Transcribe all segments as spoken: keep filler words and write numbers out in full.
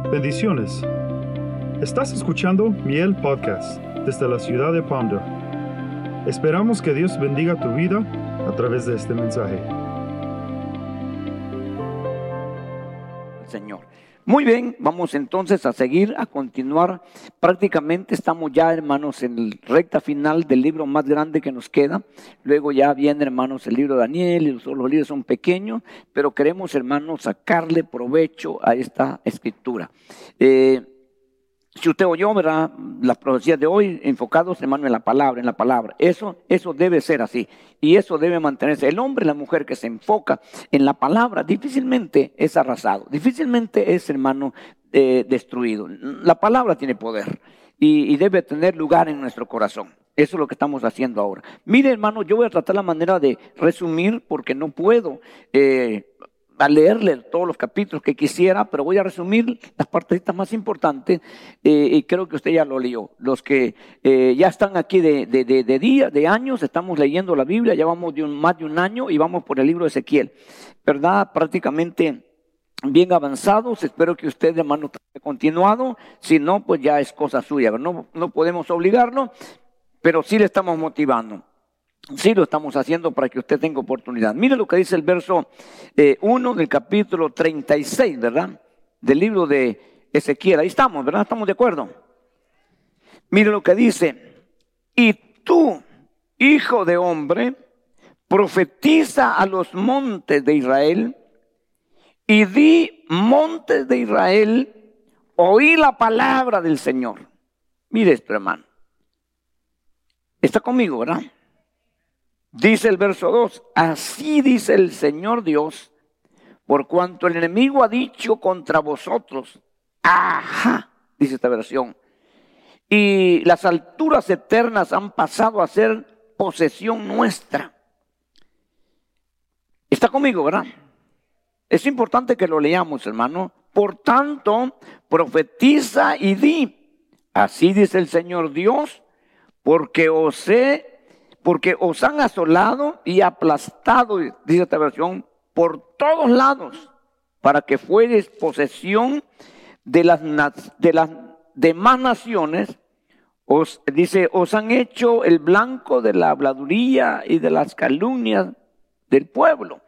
Bendiciones. Estás escuchando Miel Podcast desde la ciudad de Ponder. Esperamos que Dios bendiga tu vida a través de este mensaje. Señor. Muy bien, vamos entonces a seguir, a continuar. Prácticamente estamos ya, hermanos, en la recta final del libro más grande que nos queda. Luego ya viene, hermanos, el libro de Daniel, y los, los libros son pequeños, pero queremos, hermanos, sacarle provecho a esta escritura. Eh, Si usted oyó, ¿verdad?, las profecías de hoy enfocados, hermano, en la palabra, en la palabra. Eso, eso debe ser así. Y eso debe mantenerse. El hombre y la mujer que se enfoca en la palabra difícilmente es arrasado. Difícilmente es, hermano, eh, destruido. La palabra tiene poder y, y debe tener lugar en nuestro corazón. Eso es lo que estamos haciendo ahora. Mire, hermano, yo voy a tratar la manera de resumir porque no puedo Eh, a leerle todos los capítulos que quisiera, pero voy a resumir las partecitas más importantes eh, y creo que usted ya lo leyó. Los que eh, ya están aquí de, de, de, de días, de años, estamos leyendo la Biblia, ya vamos de un, más de un año y vamos por el libro de Ezequiel, ¿verdad? Prácticamente bien avanzados. Espero que usted, hermano, haya continuado. Si no, pues ya es cosa suya. No, no podemos obligarlo, pero sí le estamos motivando. Sí lo estamos haciendo para que usted tenga oportunidad. Mire lo que dice el verso eh, uno del capítulo treinta y seis, ¿verdad? Del libro de Ezequiel. Ahí estamos, ¿verdad? ¿Estamos de acuerdo? Mire lo que dice. Y tú, hijo de hombre, profetiza a los montes de Israel y di, montes de Israel, oí la palabra del Señor. Mire esto, hermano. Está conmigo, ¿verdad? Dice el verso dos, así dice el Señor Dios, por cuanto el enemigo ha dicho contra vosotros, ajá, dice esta versión, y las alturas eternas han pasado a ser posesión nuestra. Está conmigo, ¿verdad? Es importante que lo leamos, hermano. Por tanto, profetiza y di, así dice el Señor Dios, porque os he Porque os han asolado y aplastado, dice esta versión, por todos lados, para que fuereis posesión de las, de las demás naciones. Os, dice, os han hecho el blanco de la habladuría y de las calumnias del pueblo.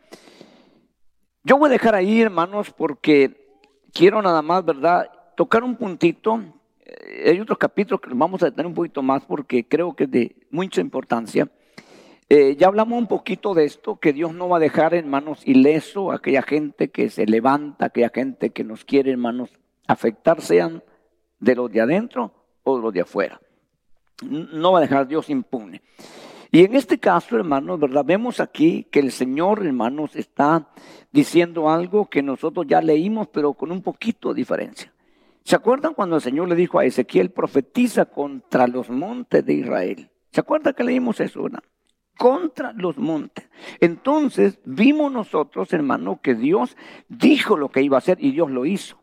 Yo voy a dejar ahí, hermanos, porque quiero nada más, ¿verdad?, tocar un puntito. Hay otros capítulos que vamos a detener un poquito más porque creo que es de mucha importancia. Eh, ya hablamos un poquito de esto, que Dios no va a dejar, hermanos, ileso a aquella gente que se levanta, aquella gente que nos quiere, hermanos, afectar, sean de los de adentro o de los de afuera. No va a dejar Dios impune. Y en este caso, hermanos, ¿verdad?, vemos aquí que el Señor, hermanos, está diciendo algo que nosotros ya leímos, pero con un poquito de diferencia. ¿Se acuerdan cuando el Señor le dijo a Ezequiel, profetiza contra los montes de Israel? ¿Se acuerdan que leímos eso, verdad? Contra los montes. Entonces vimos nosotros, hermano, que Dios dijo lo que iba a hacer y Dios lo hizo.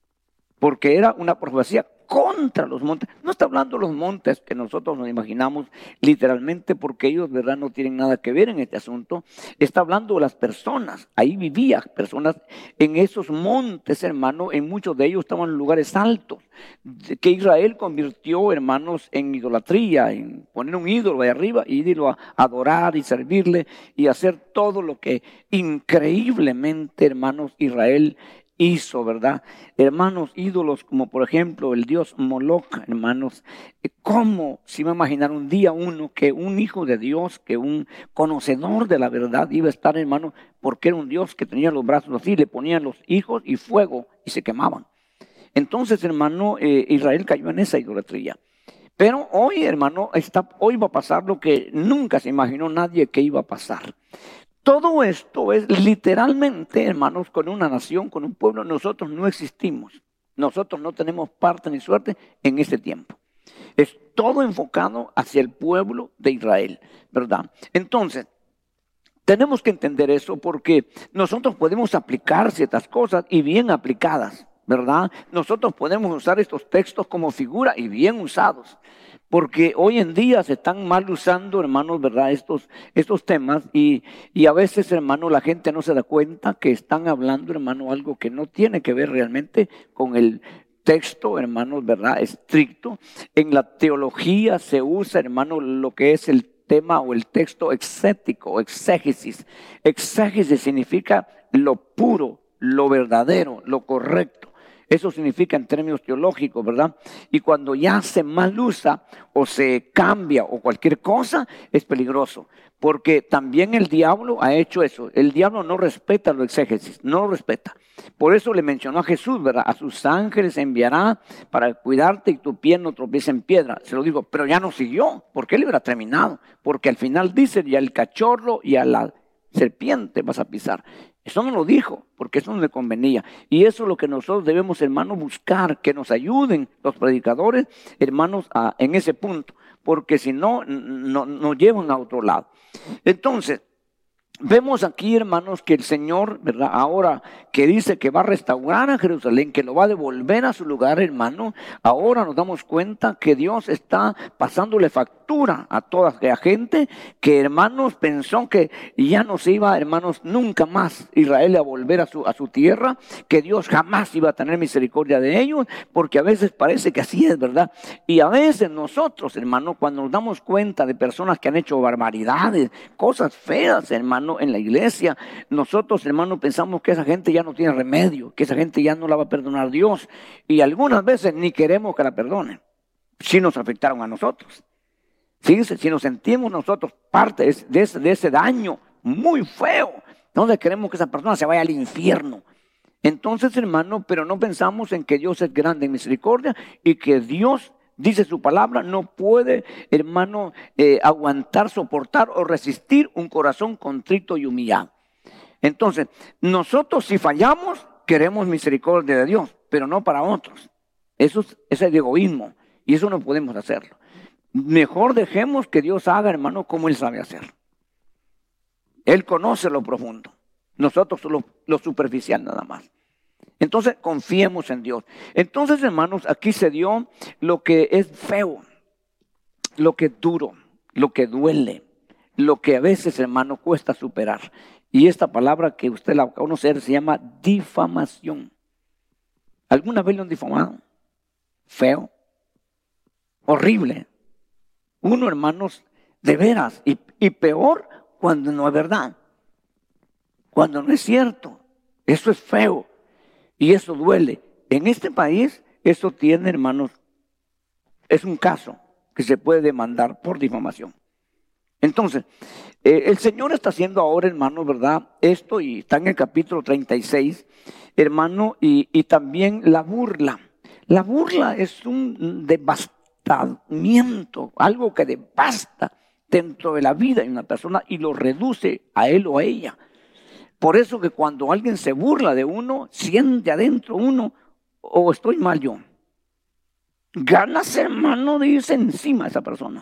Porque era una profecía contra los montes. No está hablando de los montes que nosotros nos imaginamos literalmente, porque ellos, verdad, no tienen nada que ver en este asunto. Está hablando de las personas. Ahí vivían personas en esos montes, hermano. En muchos de ellos estaban en lugares altos, que Israel convirtió, hermanos, en idolatría, en poner un ídolo ahí arriba y irlo a adorar y servirle y hacer todo lo que increíblemente, hermanos, Israel hizo, ¿verdad? Hermanos, ídolos como por ejemplo el dios Moloch, hermanos. ¿Cómo se iba a imaginar un día uno que un hijo de Dios, que un conocedor de la verdad iba a estar, hermano, porque era un Dios que tenía los brazos así, le ponían los hijos y fuego y se quemaban? Entonces, hermano, eh, Israel cayó en esa idolatría. Pero hoy, hermano, está, hoy va a pasar lo que nunca se imaginó nadie que iba a pasar. Todo esto es literalmente, hermanos, con una nación, con un pueblo. Nosotros no existimos. Nosotros no tenemos parte ni suerte en este tiempo. Es todo enfocado hacia el pueblo de Israel, ¿verdad? Entonces, tenemos que entender eso porque nosotros podemos aplicar ciertas cosas y bien aplicadas, ¿verdad? Nosotros podemos usar estos textos como figura y bien usados. Porque hoy en día se están mal usando, hermanos, ¿verdad? Estos, estos temas y, y a veces, hermano, la gente no se da cuenta que están hablando, hermano, algo que no tiene que ver realmente con el, texto, hermanos, ¿verdad? Estricto. En la teología se usa, hermanos, lo que es el tema o el texto exético, exégesis. Exégesis significa lo puro, lo verdadero, lo correcto. Eso significa en términos teológicos, ¿verdad? Y cuando ya se mal usa o se cambia o cualquier cosa, es peligroso. Porque también el diablo ha hecho eso. El diablo no respeta los exégesis, no lo respeta. Por eso le mencionó a Jesús, ¿verdad? A sus ángeles enviará para cuidarte y tu pie no tropiece en piedra. Se lo digo, pero ya no siguió. ¿Por qué le hubiera terminado? Porque al final dice, y al cachorro y a la serpiente vas a pisar. Eso no lo dijo, porque eso no le convenía. Y eso es lo que nosotros debemos, hermanos, buscar, que nos ayuden los predicadores, hermanos, a, en ese punto. Porque si no, no, nos llevan a otro lado. Entonces, vemos aquí, hermanos, que el Señor, ¿verdad? Ahora que dice que va a restaurar a Jerusalén, que lo va a devolver a su lugar, hermano, ahora nos damos cuenta que Dios está pasándole factura a toda aquella gente que, hermanos, pensó que ya no se iba, hermanos, nunca más Israel a volver a su, a su tierra, que Dios jamás iba a tener misericordia de ellos, porque a veces parece que así es, ¿verdad? Y a veces nosotros, hermano, cuando nos damos cuenta de personas que han hecho barbaridades, cosas feas, hermano, en la iglesia, nosotros, hermanos, pensamos que esa gente ya no tiene remedio, que esa gente ya no la va a perdonar Dios, y algunas veces ni queremos que la perdonen, si nos afectaron a nosotros. Fíjense, si nos sentimos nosotros parte de ese, de ese, de ese daño muy feo, no queremos que esa persona se vaya al infierno. Entonces, hermano, pero no pensamos en que Dios es grande en misericordia y que Dios, dice su palabra, no puede, hermano, eh, aguantar, soportar o resistir un corazón contrito y humillado. Entonces, nosotros si fallamos, queremos misericordia de Dios, pero no para otros. Eso es, es el egoísmo y eso no podemos hacerlo. Mejor dejemos que Dios haga, hermano, como Él sabe hacer. Él conoce lo profundo. Nosotros lo, lo superficial nada más. Entonces, confiemos en Dios. Entonces, hermanos, aquí se dio lo que es feo, lo que es duro, lo que duele, lo que a veces, hermano, cuesta superar. Y esta palabra que usted la va a conocer se llama difamación. ¿Alguna vez lo han difamado? Feo, horrible. Uno, hermanos, de veras, y, y peor cuando no es verdad, cuando no es cierto. Eso es feo. Y eso duele. En este país, eso tiene, hermanos, es un caso que se puede demandar por difamación. Entonces, eh, el Señor está haciendo ahora, hermanos, ¿verdad? Esto, y está en el capítulo treinta y seis, hermano, y, y también la burla. La burla es un devastamiento, algo que devasta dentro de la vida de una persona y lo reduce a él o a ella. Por eso que cuando alguien se burla de uno, siente adentro uno, o oh, estoy mal yo. Ganas, hermano, de irse encima a esa persona.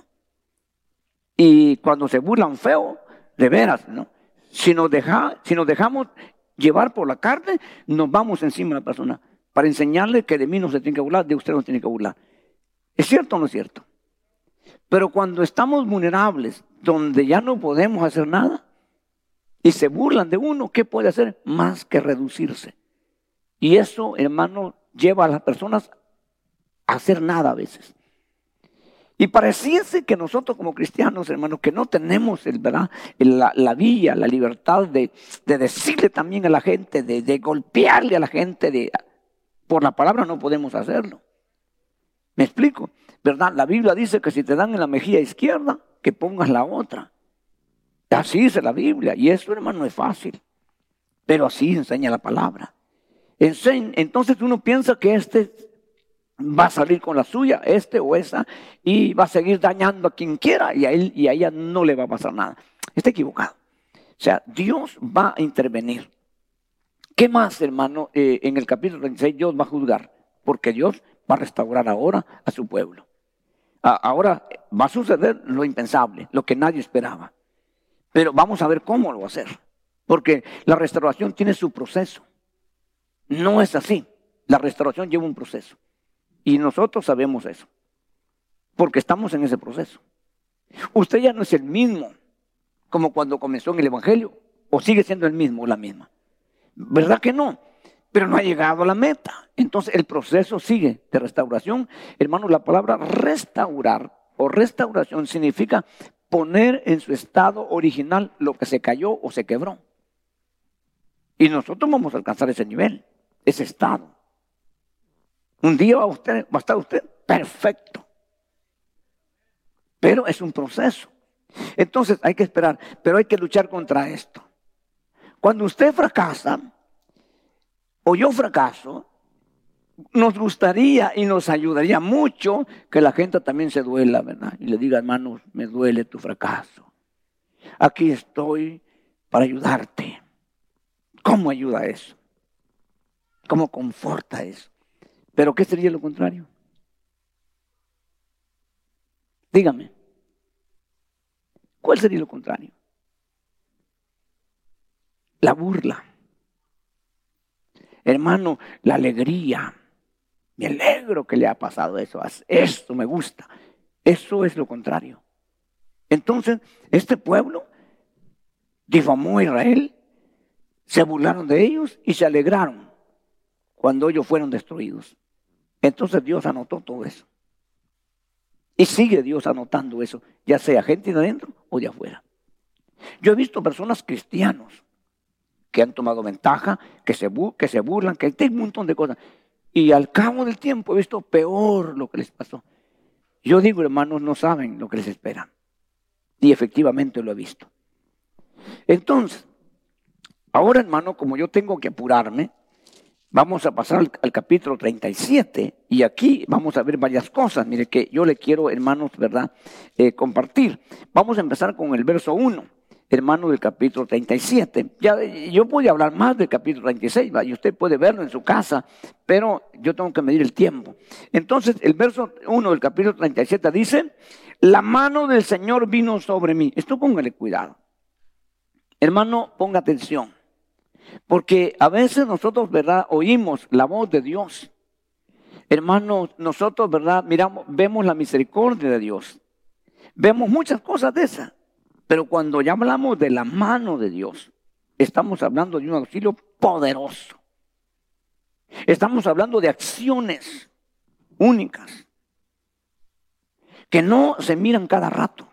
Y cuando se burlan feo, de veras, ¿no? Si nos, deja, si nos dejamos llevar por la carne, nos vamos encima de la persona para enseñarle que de mí no se tiene que burlar, de usted no se tiene que burlar. ¿Es cierto o no es cierto? Pero cuando estamos vulnerables, donde ya no podemos hacer nada, y se burlan de uno, ¿qué puede hacer? Más que reducirse. Y eso, hermano, lleva a las personas a hacer nada a veces. Y pareciese que nosotros como cristianos, hermanos, que no tenemos el, ¿verdad? La, la vía, la libertad de, de decirle también a la gente, de, de golpearle a la gente, de, por la palabra no podemos hacerlo. ¿Me explico? ¿Verdad? La Biblia dice que si te dan en la mejilla izquierda, que pongas la otra. Así dice la Biblia, y eso, hermano, no es fácil, pero así enseña la palabra. Entonces uno piensa que este va a salir con la suya, este o esa, y va a seguir dañando a quien quiera, y a él y a ella no le va a pasar nada. Está equivocado. O sea, Dios va a intervenir. ¿Qué más, hermano? Eh, en el capítulo treinta y seis Dios va a juzgar, porque Dios va a restaurar ahora a su pueblo. Ah, ahora va a suceder lo impensable, lo que nadie esperaba. Pero vamos a ver cómo lo va a hacer. Porque la restauración tiene su proceso. No es así. La restauración lleva un proceso. Y nosotros sabemos eso. Porque estamos en ese proceso. Usted ya no es el mismo como cuando comenzó en el Evangelio. O sigue siendo el mismo o la misma. ¿Verdad que no? pero no ha llegado a la meta. Entonces el proceso sigue de restauración. Hermanos, la palabra restaurar o restauración significa poner en su estado original lo que se cayó o se quebró. Y nosotros vamos a alcanzar ese nivel, ese estado. Un día va a, usted, va a estar usted perfecto. Pero es un proceso. Entonces hay que esperar, pero hay que luchar contra esto. Cuando usted fracasa, o yo fracaso, nos gustaría y nos ayudaría mucho que la gente también se duela, ¿verdad? Y le diga, hermanos, me duele tu fracaso. Aquí estoy para ayudarte. ¿Cómo ayuda eso? ¿Cómo conforta eso? ¿Pero qué sería lo contrario? Dígame. ¿Cuál sería lo contrario? La burla. Hermano, la alegría. Me alegro que le ha pasado eso. Esto me gusta. Eso es lo contrario. Entonces, este pueblo difamó a Israel, se burlaron de ellos y se alegraron cuando ellos fueron destruidos. Entonces Dios anotó todo eso. Y sigue Dios anotando eso, ya sea gente de adentro o de afuera. Yo he visto personas cristianos que han tomado ventaja, que se, que se burlan, que hay un montón de cosas. Y al cabo del tiempo he visto peor lo que les pasó. Yo digo, hermanos, no saben lo que les espera. Y efectivamente lo he visto. Entonces, ahora, hermano, como yo tengo que apurarme, vamos a pasar al, al capítulo treinta y siete. Y aquí vamos a ver varias cosas. Mire que yo le quiero, hermanos, ¿verdad? Eh, compartir. Vamos a empezar con el verso uno. Hermano, del capítulo treinta y siete. Ya, yo puedo hablar más del capítulo treinta y seis, ¿va? Y usted puede verlo en su casa, pero yo tengo que medir el tiempo. Entonces, el verso uno del capítulo treinta y siete dice, la mano del Señor vino sobre mí. Esto póngale cuidado. Hermano, ponga atención. Porque a veces nosotros, ¿verdad?, oímos la voz de Dios. Hermanos, nosotros, ¿verdad?, miramos, vemos la misericordia de Dios. Vemos muchas cosas de esas. Pero cuando ya hablamos de la mano de Dios, estamos hablando de un auxilio poderoso. Estamos hablando de acciones únicas que no se miran cada rato.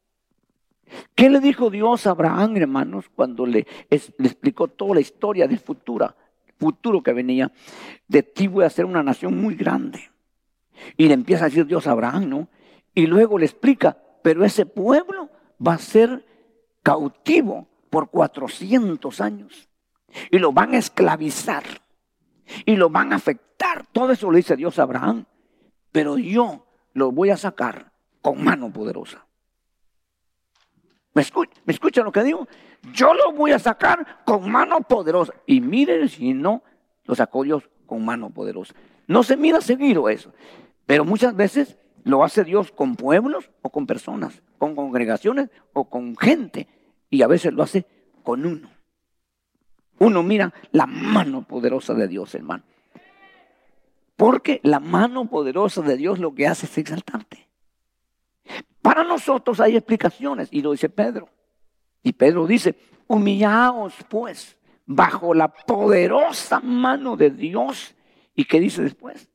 ¿Qué le dijo Dios a Abraham, hermanos, cuando le, es, le explicó toda la historia del futuro, futuro que venía? De ti voy a hacer una nación muy grande. Y le empieza a decir Dios a Abraham, ¿no? Y luego le explica, pero ese pueblo va a ser cautivo por cuatrocientos años. Y lo van a esclavizar. Y lo van a afectar. Todo eso le dice Dios a Abraham. Pero yo lo voy a sacar con mano poderosa. ¿Me escucha, ¿Me escucha lo que digo? Yo lo voy a sacar con mano poderosa. Y miren si no, lo sacó Dios con mano poderosa. No se mira seguido eso. Pero muchas veces lo hace Dios con pueblos o con personas, con congregaciones o con gente. Y a veces lo hace con uno. Uno mira la mano poderosa de Dios, hermano. Porque la mano poderosa de Dios lo que hace es exaltarte. Para nosotros hay explicaciones, y lo dice Pedro. Y Pedro dice, humillaos pues bajo la poderosa mano de Dios. ¿Y qué dice después?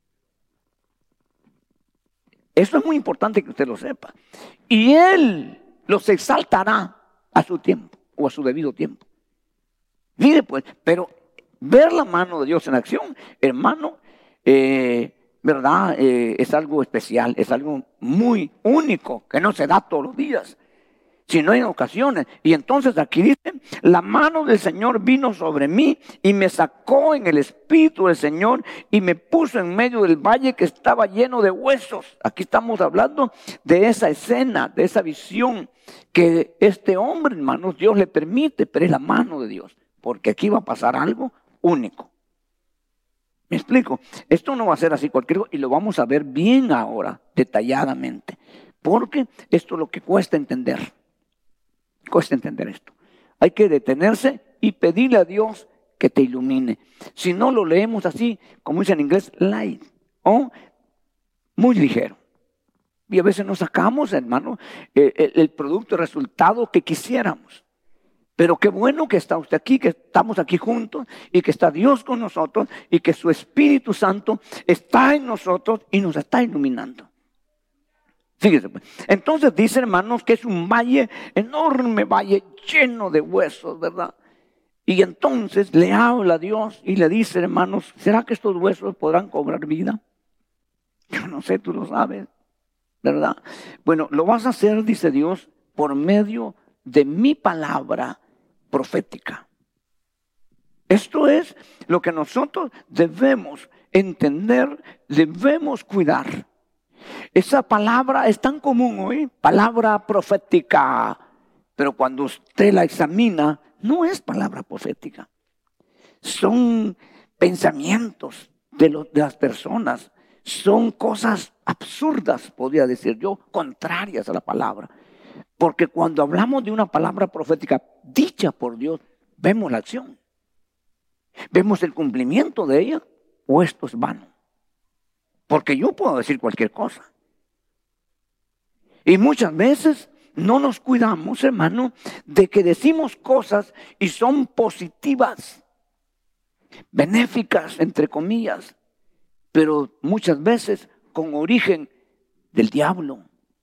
Eso es muy importante que usted lo sepa. Y Él los exaltará a su tiempo o a su debido tiempo. Mire pues, pero ver la mano de Dios en acción, hermano, eh, ¿verdad? Eh, es algo especial, es algo muy único que no se da todos los días, sino en ocasiones. Y entonces aquí dice, la mano del Señor vino sobre mí y me sacó en el espíritu del Señor y me puso en medio del valle que estaba lleno de huesos. Aquí estamos hablando de esa escena, de esa visión que este hombre, hermanos, Dios le permite, pero es la mano de Dios, porque aquí va a pasar algo único. ¿Me explico? Esto no va a ser así cualquier cosa y lo vamos a ver bien ahora, detalladamente, porque esto es lo que cuesta entender. Cuesta entender esto. Hay que detenerse y pedirle a Dios que te ilumine. Si no lo leemos así, como dice en inglés, light, o muy ligero. Y a veces no sacamos, hermano, el, el producto, el resultado que quisiéramos. Pero qué bueno que está usted aquí, que estamos aquí juntos y que está Dios con nosotros y que su Espíritu Santo está en nosotros y nos está iluminando. Fíjese pues. Entonces dice, hermanos, que es un valle, enorme valle, lleno de huesos, ¿verdad? Y entonces le habla a Dios y le dice, hermanos, ¿será que estos huesos podrán cobrar vida? Yo no sé, tú lo sabes, ¿verdad? Bueno, lo vas a hacer, dice Dios, por medio de mi palabra profética. Esto es lo que nosotros debemos entender, debemos cuidar. Esa palabra es tan común hoy, palabra profética, pero cuando usted la examina, no es palabra profética. Son pensamientos de, los, de las personas, son cosas absurdas, podría decir yo, contrarias a la palabra. Porque cuando hablamos de una palabra profética dicha por Dios, vemos la acción. Vemos el cumplimiento de ella, o esto es vano. Porque yo puedo decir cualquier cosa. Y muchas veces no nos cuidamos, hermano, de que decimos cosas y son positivas, benéficas, entre comillas, pero muchas veces con origen del diablo.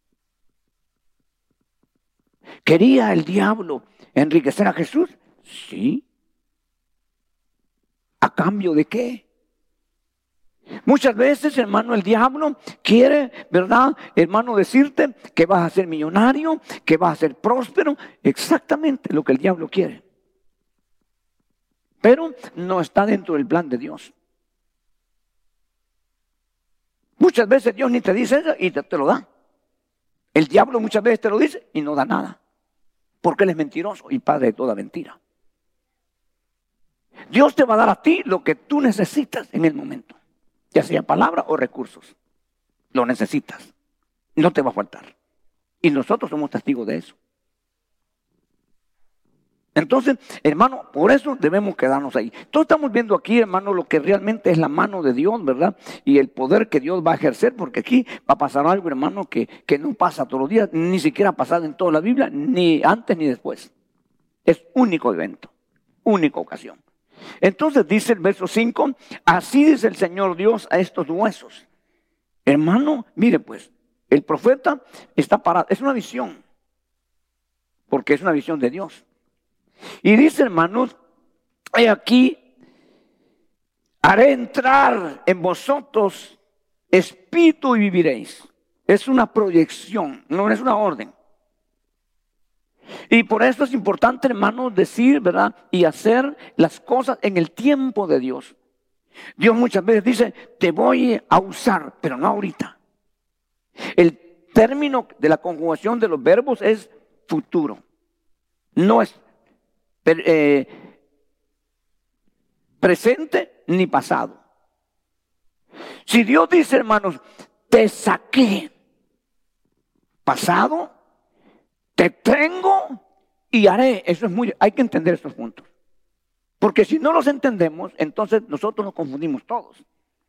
¿Quería el diablo enriquecer a Jesús? Sí. ¿A cambio de qué? Muchas veces, hermano, el diablo quiere, ¿verdad, hermano, decirte que vas a ser millonario, que vas a ser próspero? Exactamente lo que el diablo quiere. Pero no está dentro del plan de Dios. Muchas veces Dios ni te dice eso y te, te lo da. El diablo muchas veces te lo dice y no da nada. Porque él es mentiroso y padre de toda mentira. Dios te va a dar a ti lo que tú necesitas en el momento. Ya sea palabra o recursos. Lo necesitas. No te va a faltar. Y nosotros somos testigos de eso. Entonces, hermano, por eso debemos quedarnos ahí. Todos estamos viendo aquí, hermano, lo que realmente es la mano de Dios, ¿verdad? Y el poder que Dios va a ejercer, porque aquí va a pasar algo, hermano, que, que no pasa todos los días, ni siquiera ha pasado en toda la Biblia, ni antes ni después. Es único evento, única ocasión. Entonces dice el verso cinco, así dice el Señor Dios a estos huesos. Hermano, mire pues, el profeta está parado, es una visión, porque es una visión de Dios. Y dice, hermanos, he aquí, haré entrar en vosotros espíritu y viviréis. Es una proyección, no es una orden. Y por eso es importante, hermanos, decir, ¿verdad? Y hacer las cosas en el tiempo de Dios. Dios muchas veces dice, te voy a usar, pero no ahorita. El término de la conjugación de los verbos es futuro. No es eh, presente ni pasado. Si Dios dice, hermanos, te saqué, pasado, te tengo y haré. Eso es muy, hay que entender estos puntos. Porque si no los entendemos, entonces nosotros nos confundimos todos.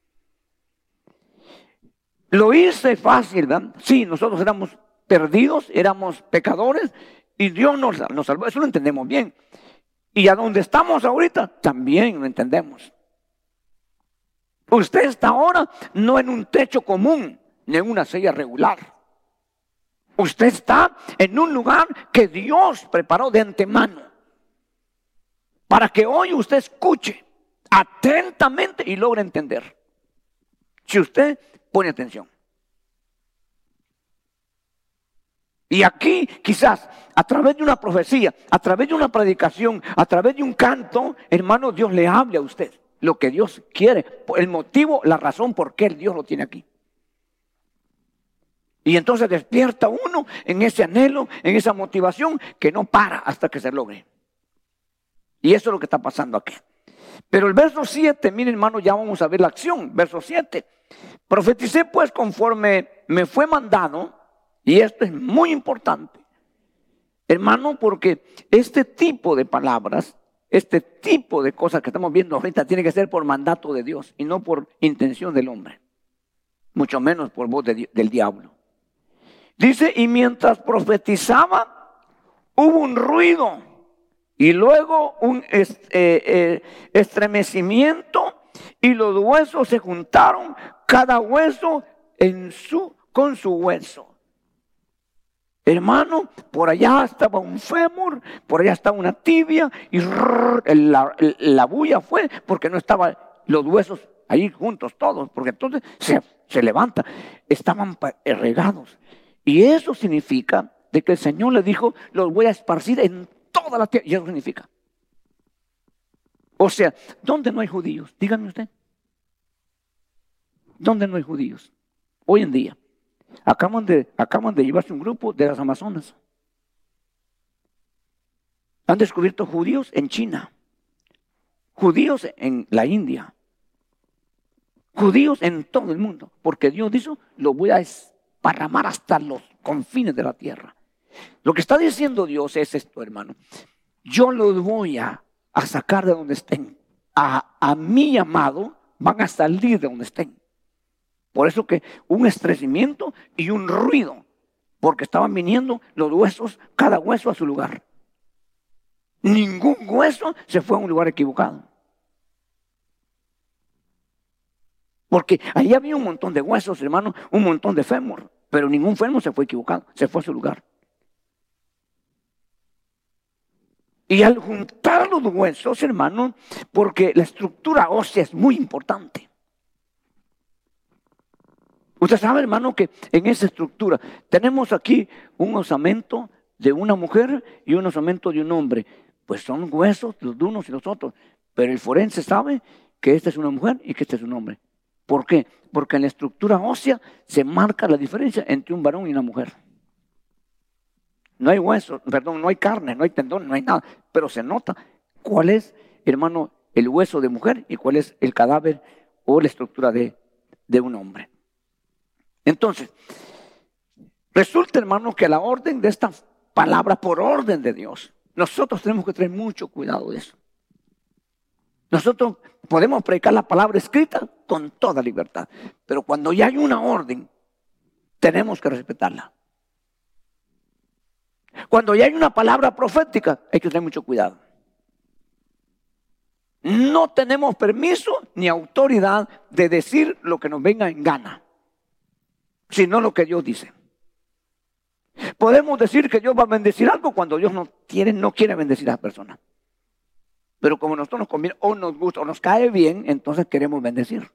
Lo hice fácil, ¿verdad? Sí, nosotros éramos perdidos, éramos pecadores y Dios nos, nos salvó. Eso lo entendemos bien. Y a donde estamos ahorita, también lo entendemos. Usted está ahora no en un techo común, ni en una silla regular. Usted está en un lugar que Dios preparó de antemano para que hoy usted escuche atentamente y logre entender. Si usted pone atención. Y aquí quizás a través de una profecía, a través de una predicación, a través de un canto, hermano, Dios le hable a usted lo que Dios quiere, el motivo, la razón por qué Dios lo tiene aquí. Y entonces despierta uno en ese anhelo, en esa motivación que no para hasta que se logre. Y eso es lo que está pasando aquí. Pero el verso siete, miren, hermano, ya vamos a ver la acción. Verso siete. Profeticé pues conforme me fue mandado, y esto es muy importante, hermano, porque este tipo de palabras, este tipo de cosas que estamos viendo ahorita tiene que ser por mandato de Dios y no por intención del hombre, mucho menos por voz de, del diablo. Dice, y mientras profetizaba, hubo un ruido Y luego un est eh, eh, estremecimiento y los huesos se juntaron, cada hueso en su, con su hueso. Hermano, por allá estaba un fémur, por allá estaba una tibia y rrr, la, la bulla fue porque no estaban los huesos ahí juntos todos, porque entonces se, se levanta, estaban regados. Y eso significa de que el Señor le dijo, los voy a esparcir en toda la tierra. Y eso significa. O sea, ¿dónde no hay judíos? Díganme usted. ¿Dónde no hay judíos? Hoy en día. Acaban de, acaban de llevarse un grupo de las Amazonas. Han descubierto judíos en China. Judíos en la India. Judíos en todo el mundo. Porque Dios dijo, lo voy a esparramar hasta los confines de la tierra. Lo que está diciendo Dios es esto, hermano. Yo los voy a, a sacar de donde estén. A, a mi llamado van a salir de donde estén. Por eso que un estremecimiento y un ruido. Porque estaban viniendo los huesos, cada hueso a su lugar. Ningún hueso se fue a un lugar equivocado. Porque ahí había un montón de huesos, hermano, un montón de fémur. Pero ningún fémur se fue equivocado, se fue a su lugar. Y al juntar los huesos, hermano, porque la estructura ósea es muy importante. Usted sabe, hermano, que en esa estructura tenemos aquí un osamento de una mujer y un osamento de un hombre. Pues son huesos los de unos y los otros. Pero el forense sabe que esta es una mujer y que este es un hombre. ¿Por qué? Porque en la estructura ósea se marca la diferencia entre un varón y una mujer. No hay huesos, perdón, no hay carne, no hay tendón, no hay nada. Pero se nota cuál es, hermano, el hueso de mujer y cuál es el cadáver o la estructura de, de un hombre. Entonces, resulta, hermano, que la orden de esta palabra, por orden de Dios, nosotros tenemos que tener mucho cuidado de eso. Nosotros podemos predicar la palabra escrita con toda libertad, pero cuando ya hay una orden, tenemos que respetarla. Cuando ya hay una palabra profética, hay que tener mucho cuidado. No tenemos permiso ni autoridad de decir lo que nos venga en gana, sino lo que Dios dice. Podemos decir que Dios va a bendecir algo cuando Dios no quiere, no quiere bendecir a la persona. Pero como a nosotros nos conviene, o nos gusta, o nos cae bien, entonces queremos bendecir.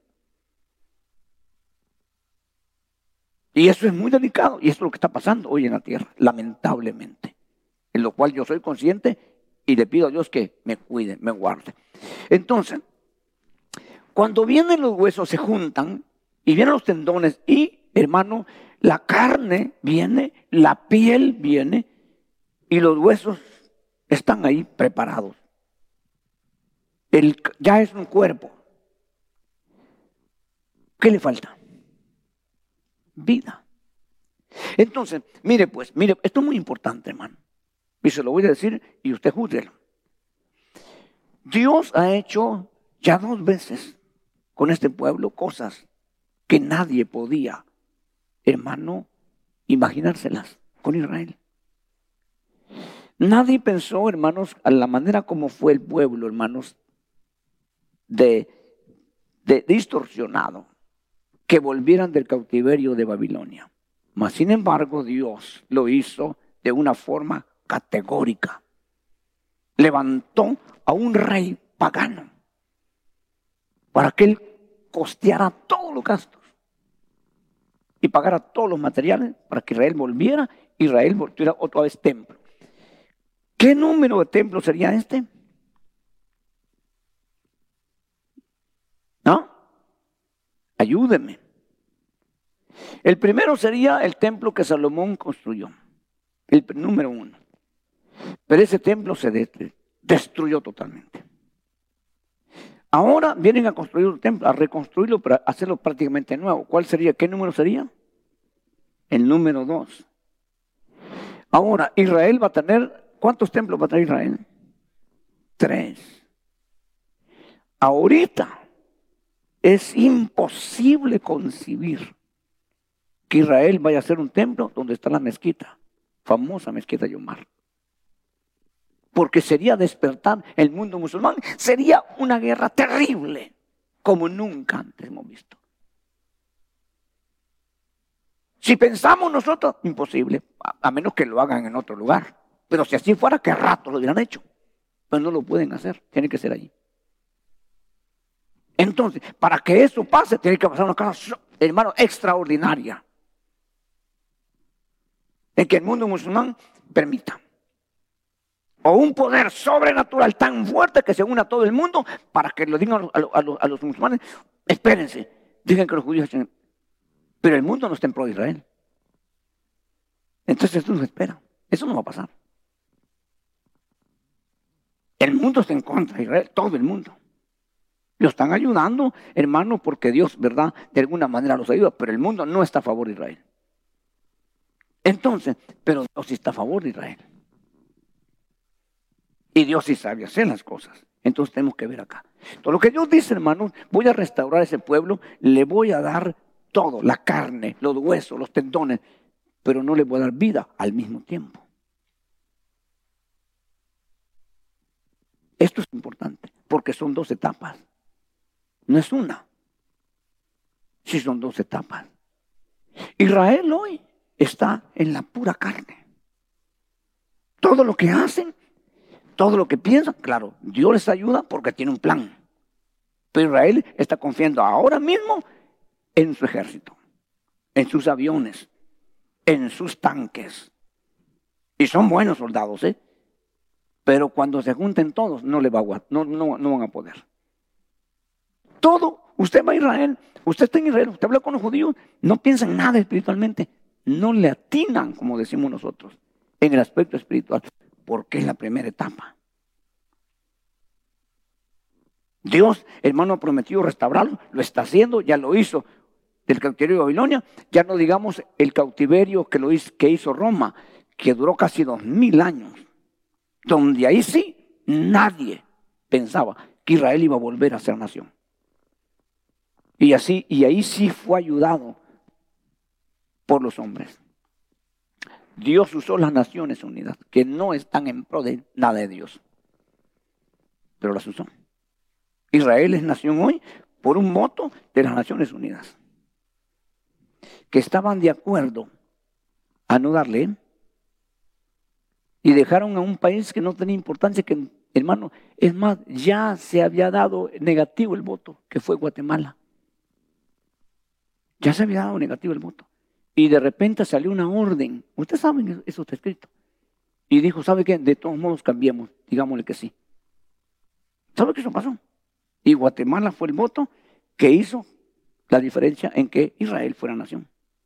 Y eso es muy delicado, y eso es lo que está pasando hoy en la tierra, lamentablemente. En lo cual yo soy consciente y le pido a Dios que me cuide, me guarde. Entonces, cuando vienen los huesos se juntan, y vienen los tendones, y hermano, la carne viene, la piel viene, y los huesos están ahí preparados. El, ya es un cuerpo. ¿Qué le falta? Vida. Entonces, mire pues, mire, esto es muy importante, hermano. Y se lo voy a decir y usted júzguelo. Dios ha hecho ya dos veces con este pueblo cosas que nadie podía, hermano, imaginárselas con Israel. Nadie pensó, hermanos, a la manera como fue el pueblo, hermanos, de, de distorsionado, que volvieran del cautiverio de Babilonia. Mas, sin embargo, Dios lo hizo de una forma categórica. Levantó a un rey pagano para que él costeara todos los gastos y pagara todos los materiales para que Israel volviera, Israel volviera otra vez templo. ¿Qué número de templos sería este? ¿No? Ayúdeme. El primero sería el templo que Salomón construyó, el número uno. Pero ese templo se destruyó totalmente. Ahora vienen a construir un templo, a reconstruirlo para hacerlo prácticamente nuevo. ¿Cuál sería? ¿Qué número sería? El número dos. Ahora, Israel va a tener, ¿cuántos templos va a tener Israel? Tres. Ahorita es imposible concebir que Israel vaya a ser un templo donde está la mezquita, famosa mezquita de Omar. porque sería despertar el mundo musulmán. Sería una guerra terrible, como nunca antes hemos visto. Si pensamos nosotros, imposible, a, a menos que lo hagan en otro lugar. Pero si así fuera, ¿qué rato lo hubieran hecho? Pero no lo pueden hacer, tiene que ser allí. Entonces, para que eso pase, tiene que pasar una cosa, hermano, extraordinaria. En que el mundo musulmán permita. O un poder sobrenatural tan fuerte que se una a todo el mundo para que lo digan a los, a los, a los musulmanes. Espérense, digan que los judíos hacen. Pero el mundo no está en pro de Israel. Entonces esto nos espera. Eso no va a pasar. El mundo está en contra de Israel, todo el mundo. Lo están ayudando, hermano, porque Dios, ¿verdad?, de alguna manera los ayuda, pero el mundo no está a favor de Israel. Entonces, pero Dios sí está a favor de Israel. Y Dios sí sabe hacer las cosas. Entonces tenemos que ver acá. Todo lo que Dios dice, hermano, voy a restaurar ese pueblo, le voy a dar todo, la carne, los huesos, los tendones, pero no le voy a dar vida al mismo tiempo. Esto es importante, porque son dos etapas. No es una. Sí son dos etapas. Israel hoy está en la pura carne. Todo lo que hacen, todo lo que piensan, claro, Dios les ayuda porque tiene un plan. Pero Israel está confiando ahora mismo en su ejército, en sus aviones, en sus tanques. Y son buenos soldados, ¿eh? Pero cuando se junten todos, no, le va a, no, no, no van a poder. Todo, usted va a Israel, usted está en Israel, usted habla con los judíos, no piensa en nada espiritualmente. No le atinan, como decimos nosotros, en el aspecto espiritual, porque es la primera etapa. Dios, hermano, ha prometido restaurarlo, lo está haciendo, ya lo hizo del cautiverio de Babilonia, ya no digamos el cautiverio que, lo hizo, que hizo Roma, que duró casi dos mil años, donde ahí sí nadie pensaba que Israel iba a volver a ser nación. Y así, y ahí sí fue ayudado por los hombres. Dios usó las Naciones Unidas, que no están en pro de nada de Dios, pero las usó. Israel es nación hoy por un voto de las Naciones Unidas, que estaban de acuerdo a no darle, y dejaron a un país que no tenía importancia, que, hermano, es más, ya se había dado negativo el voto, que fue Guatemala. Ya se había dado negativo el voto. Y de repente salió una orden. Ustedes saben, eso está escrito. Y dijo, ¿sabe qué? De todos modos cambiemos, digámosle que sí. ¿Sabe qué eso pasó? Y Guatemala fue el voto que hizo la diferencia en que Israel fuera nación.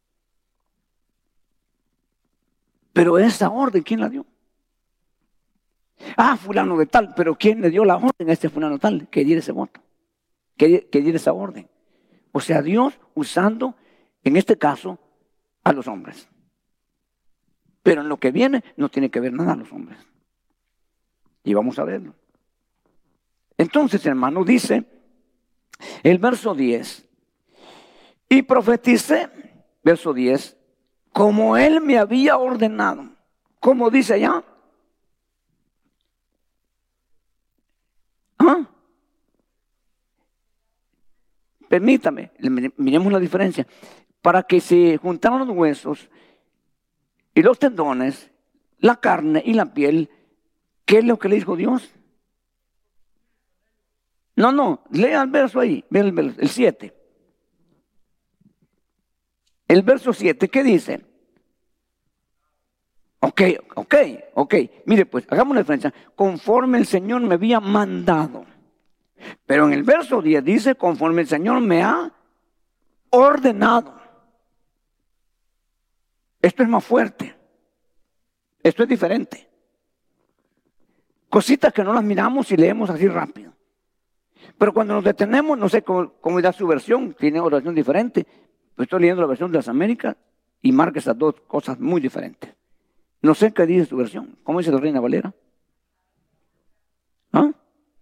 Pero esa orden, ¿quién la dio? Ah, fulano de tal, pero ¿quién le dio la orden a este fulano tal? Que diera ese voto, que, que diera esa orden. O sea, Dios usando, en este caso, a los hombres. Pero en lo que viene no tiene que ver nada a los hombres. Y vamos a verlo. Entonces, hermano, dice el verso diez. Y profeticé, verso diez, como él me había ordenado. ¿Cómo dice allá? ¿Ah? Permítame, miremos la diferencia. Para que se juntaran los huesos y los tendones, la carne y la piel, ¿qué es lo que le dijo Dios? No, no, lea el verso ahí, vea el, el siete. El verso siete, ¿qué dice? Ok, ok, ok. Mire pues, hagamos una diferencia. Conforme el Señor me había mandado. Pero en el verso diez dice, conforme el Señor me ha ordenado. Esto es más fuerte. Esto es diferente. Cositas que no las miramos y leemos así rápido. Pero cuando nos detenemos, no sé cómo, cómo da su versión, tiene otra versión diferente. Pero estoy leyendo la versión de las Américas y marca esas dos cosas muy diferentes. No sé qué dice su versión. ¿Cómo dice la Reina Valera? ¿Ah?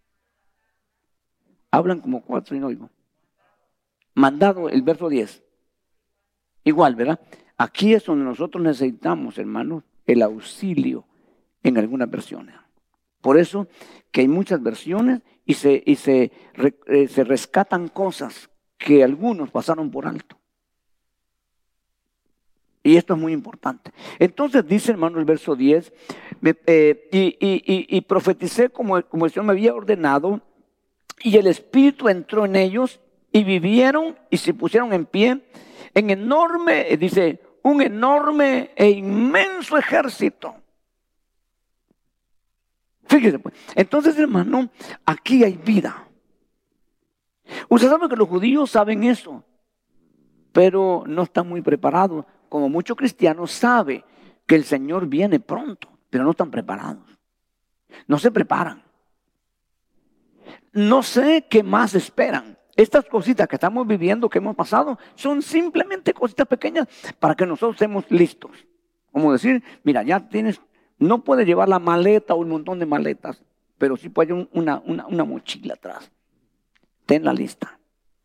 Hablan como cuatro y no oigo. Mandado, el verso diez. Igual, ¿verdad? Aquí es donde nosotros necesitamos, hermanos, el auxilio en algunas versiones. Por eso que hay muchas versiones y se, y se, eh, se rescatan cosas que algunos pasaron por alto. Y esto es muy importante. Entonces dice, hermano, el verso diez, me, eh, y, y, y, y profeticé como, como el Señor me había ordenado, y el Espíritu entró en ellos, y vivieron y se pusieron en pie, en enorme, dice, un enorme e inmenso ejército. Fíjese pues, entonces hermano, aquí hay vida. Usted sabe que los judíos saben eso, pero no están muy preparados. Como muchos cristianos saben que el Señor viene pronto, pero no están preparados. No se preparan. No sé qué más esperan. Estas cositas que estamos viviendo, que hemos pasado, son simplemente cositas pequeñas para que nosotros estemos listos. Como decir, mira, ya tienes, no puedes llevar la maleta o un montón de maletas, pero sí puede llevar una, una, una mochila atrás. Ten la lista.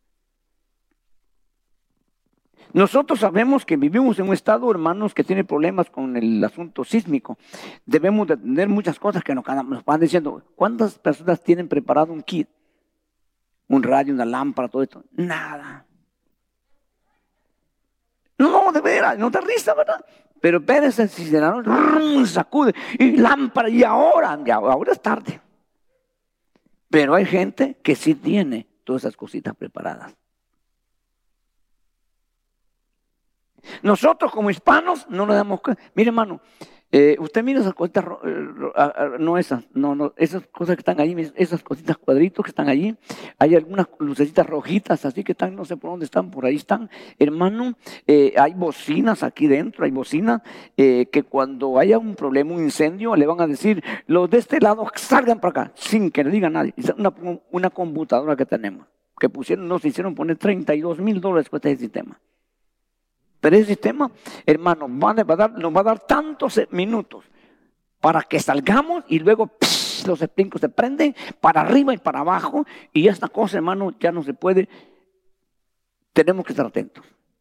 Nosotros sabemos que vivimos en un estado, hermanos, que tiene problemas con el asunto sísmico. Debemos de tener muchas cosas que nos, nos van diciendo. ¿Cuántas personas tienen preparado un kit? Un radio, una lámpara, todo esto. Nada. No, de veras, no te risa, ¿verdad? Pero espérense, si se la sacude, y lámpara, y ahora, ya, ahora es tarde. Pero hay gente que sí tiene todas esas cositas preparadas. Nosotros como hispanos no nos damos cuenta. Mire, hermano, eh, usted mira esas cositas, no esas, no, no, esas cosas que están ahí, esas cositas cuadritos que están allí. Hay algunas lucecitas rojitas así que están, no sé por dónde están, por ahí están. Hermano, eh, hay bocinas aquí dentro, hay bocinas eh, que cuando haya un problema, un incendio, le van a decir, los de este lado salgan para acá, sin que le diga nadie. Es una, una computadora que tenemos, que pusieron, nos hicieron poner treinta y dos mil dólares cuesta ese sistema. Pero ese sistema, hermano, va a dar, nos va a dar tantos minutos para que salgamos y luego psh, los espincos se prenden para arriba y para abajo y esta cosa, hermano, ya no se puede. Tenemos que estar atentos.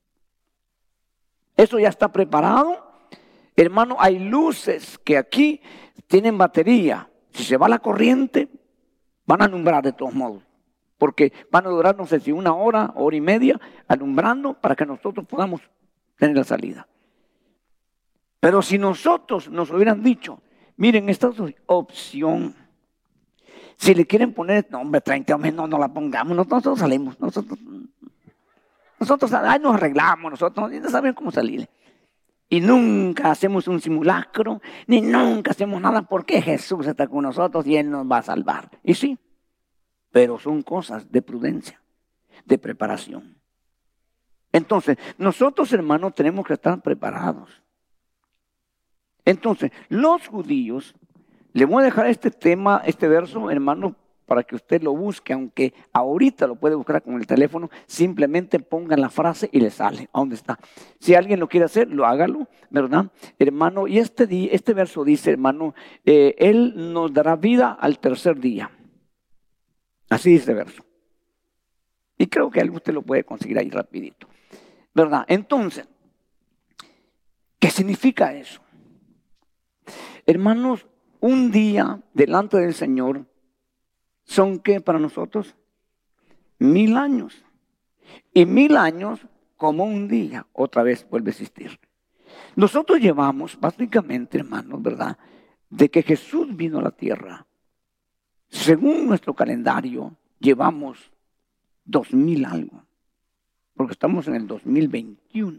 Eso ya está preparado. Hermano, hay luces que aquí tienen batería. Si se va la corriente, van a alumbrar de todos modos. Porque van a durar, no sé si una hora, hora y media, alumbrando para que nosotros podamos tener la salida. Pero si nosotros nos hubieran dicho, miren, esta es opción. Si le quieren poner, no hombre, treinta no, no la pongamos, nosotros salimos, nosotros, nosotros ahí nos arreglamos, nosotros no sabemos cómo salir. Y nunca hacemos un simulacro, ni nunca hacemos nada porque Jesús está con nosotros y Él nos va a salvar. Y sí, pero son cosas de prudencia, de preparación. Entonces, nosotros, hermanos, tenemos que estar preparados. Entonces, los judíos, le voy a dejar este tema, este verso, hermano, para que usted lo busque, aunque ahorita lo puede buscar con el teléfono, simplemente pongan la frase y le sale. ¿A dónde está? Si alguien lo quiere hacer, lo hágalo, ¿verdad? Hermano, y este, día, este verso dice, hermano, eh, Él nos dará vida al tercer día. Así dice el verso. Y creo que usted lo puede conseguir ahí rapidito. ¿Verdad? Entonces, ¿qué significa eso? Hermanos, un día delante del Señor son ¿qué para nosotros? Mil años. Y mil años como un día otra vez vuelve a existir. Nosotros llevamos básicamente, hermanos, ¿verdad? De que Jesús vino a la tierra. Según nuestro calendario, llevamos dos mil algo. Porque estamos en el dos mil veintiuno.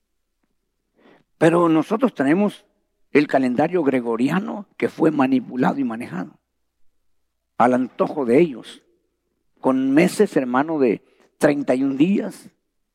Pero nosotros tenemos el calendario gregoriano que fue manipulado y manejado al antojo de ellos, con meses, hermano, de treinta y un días.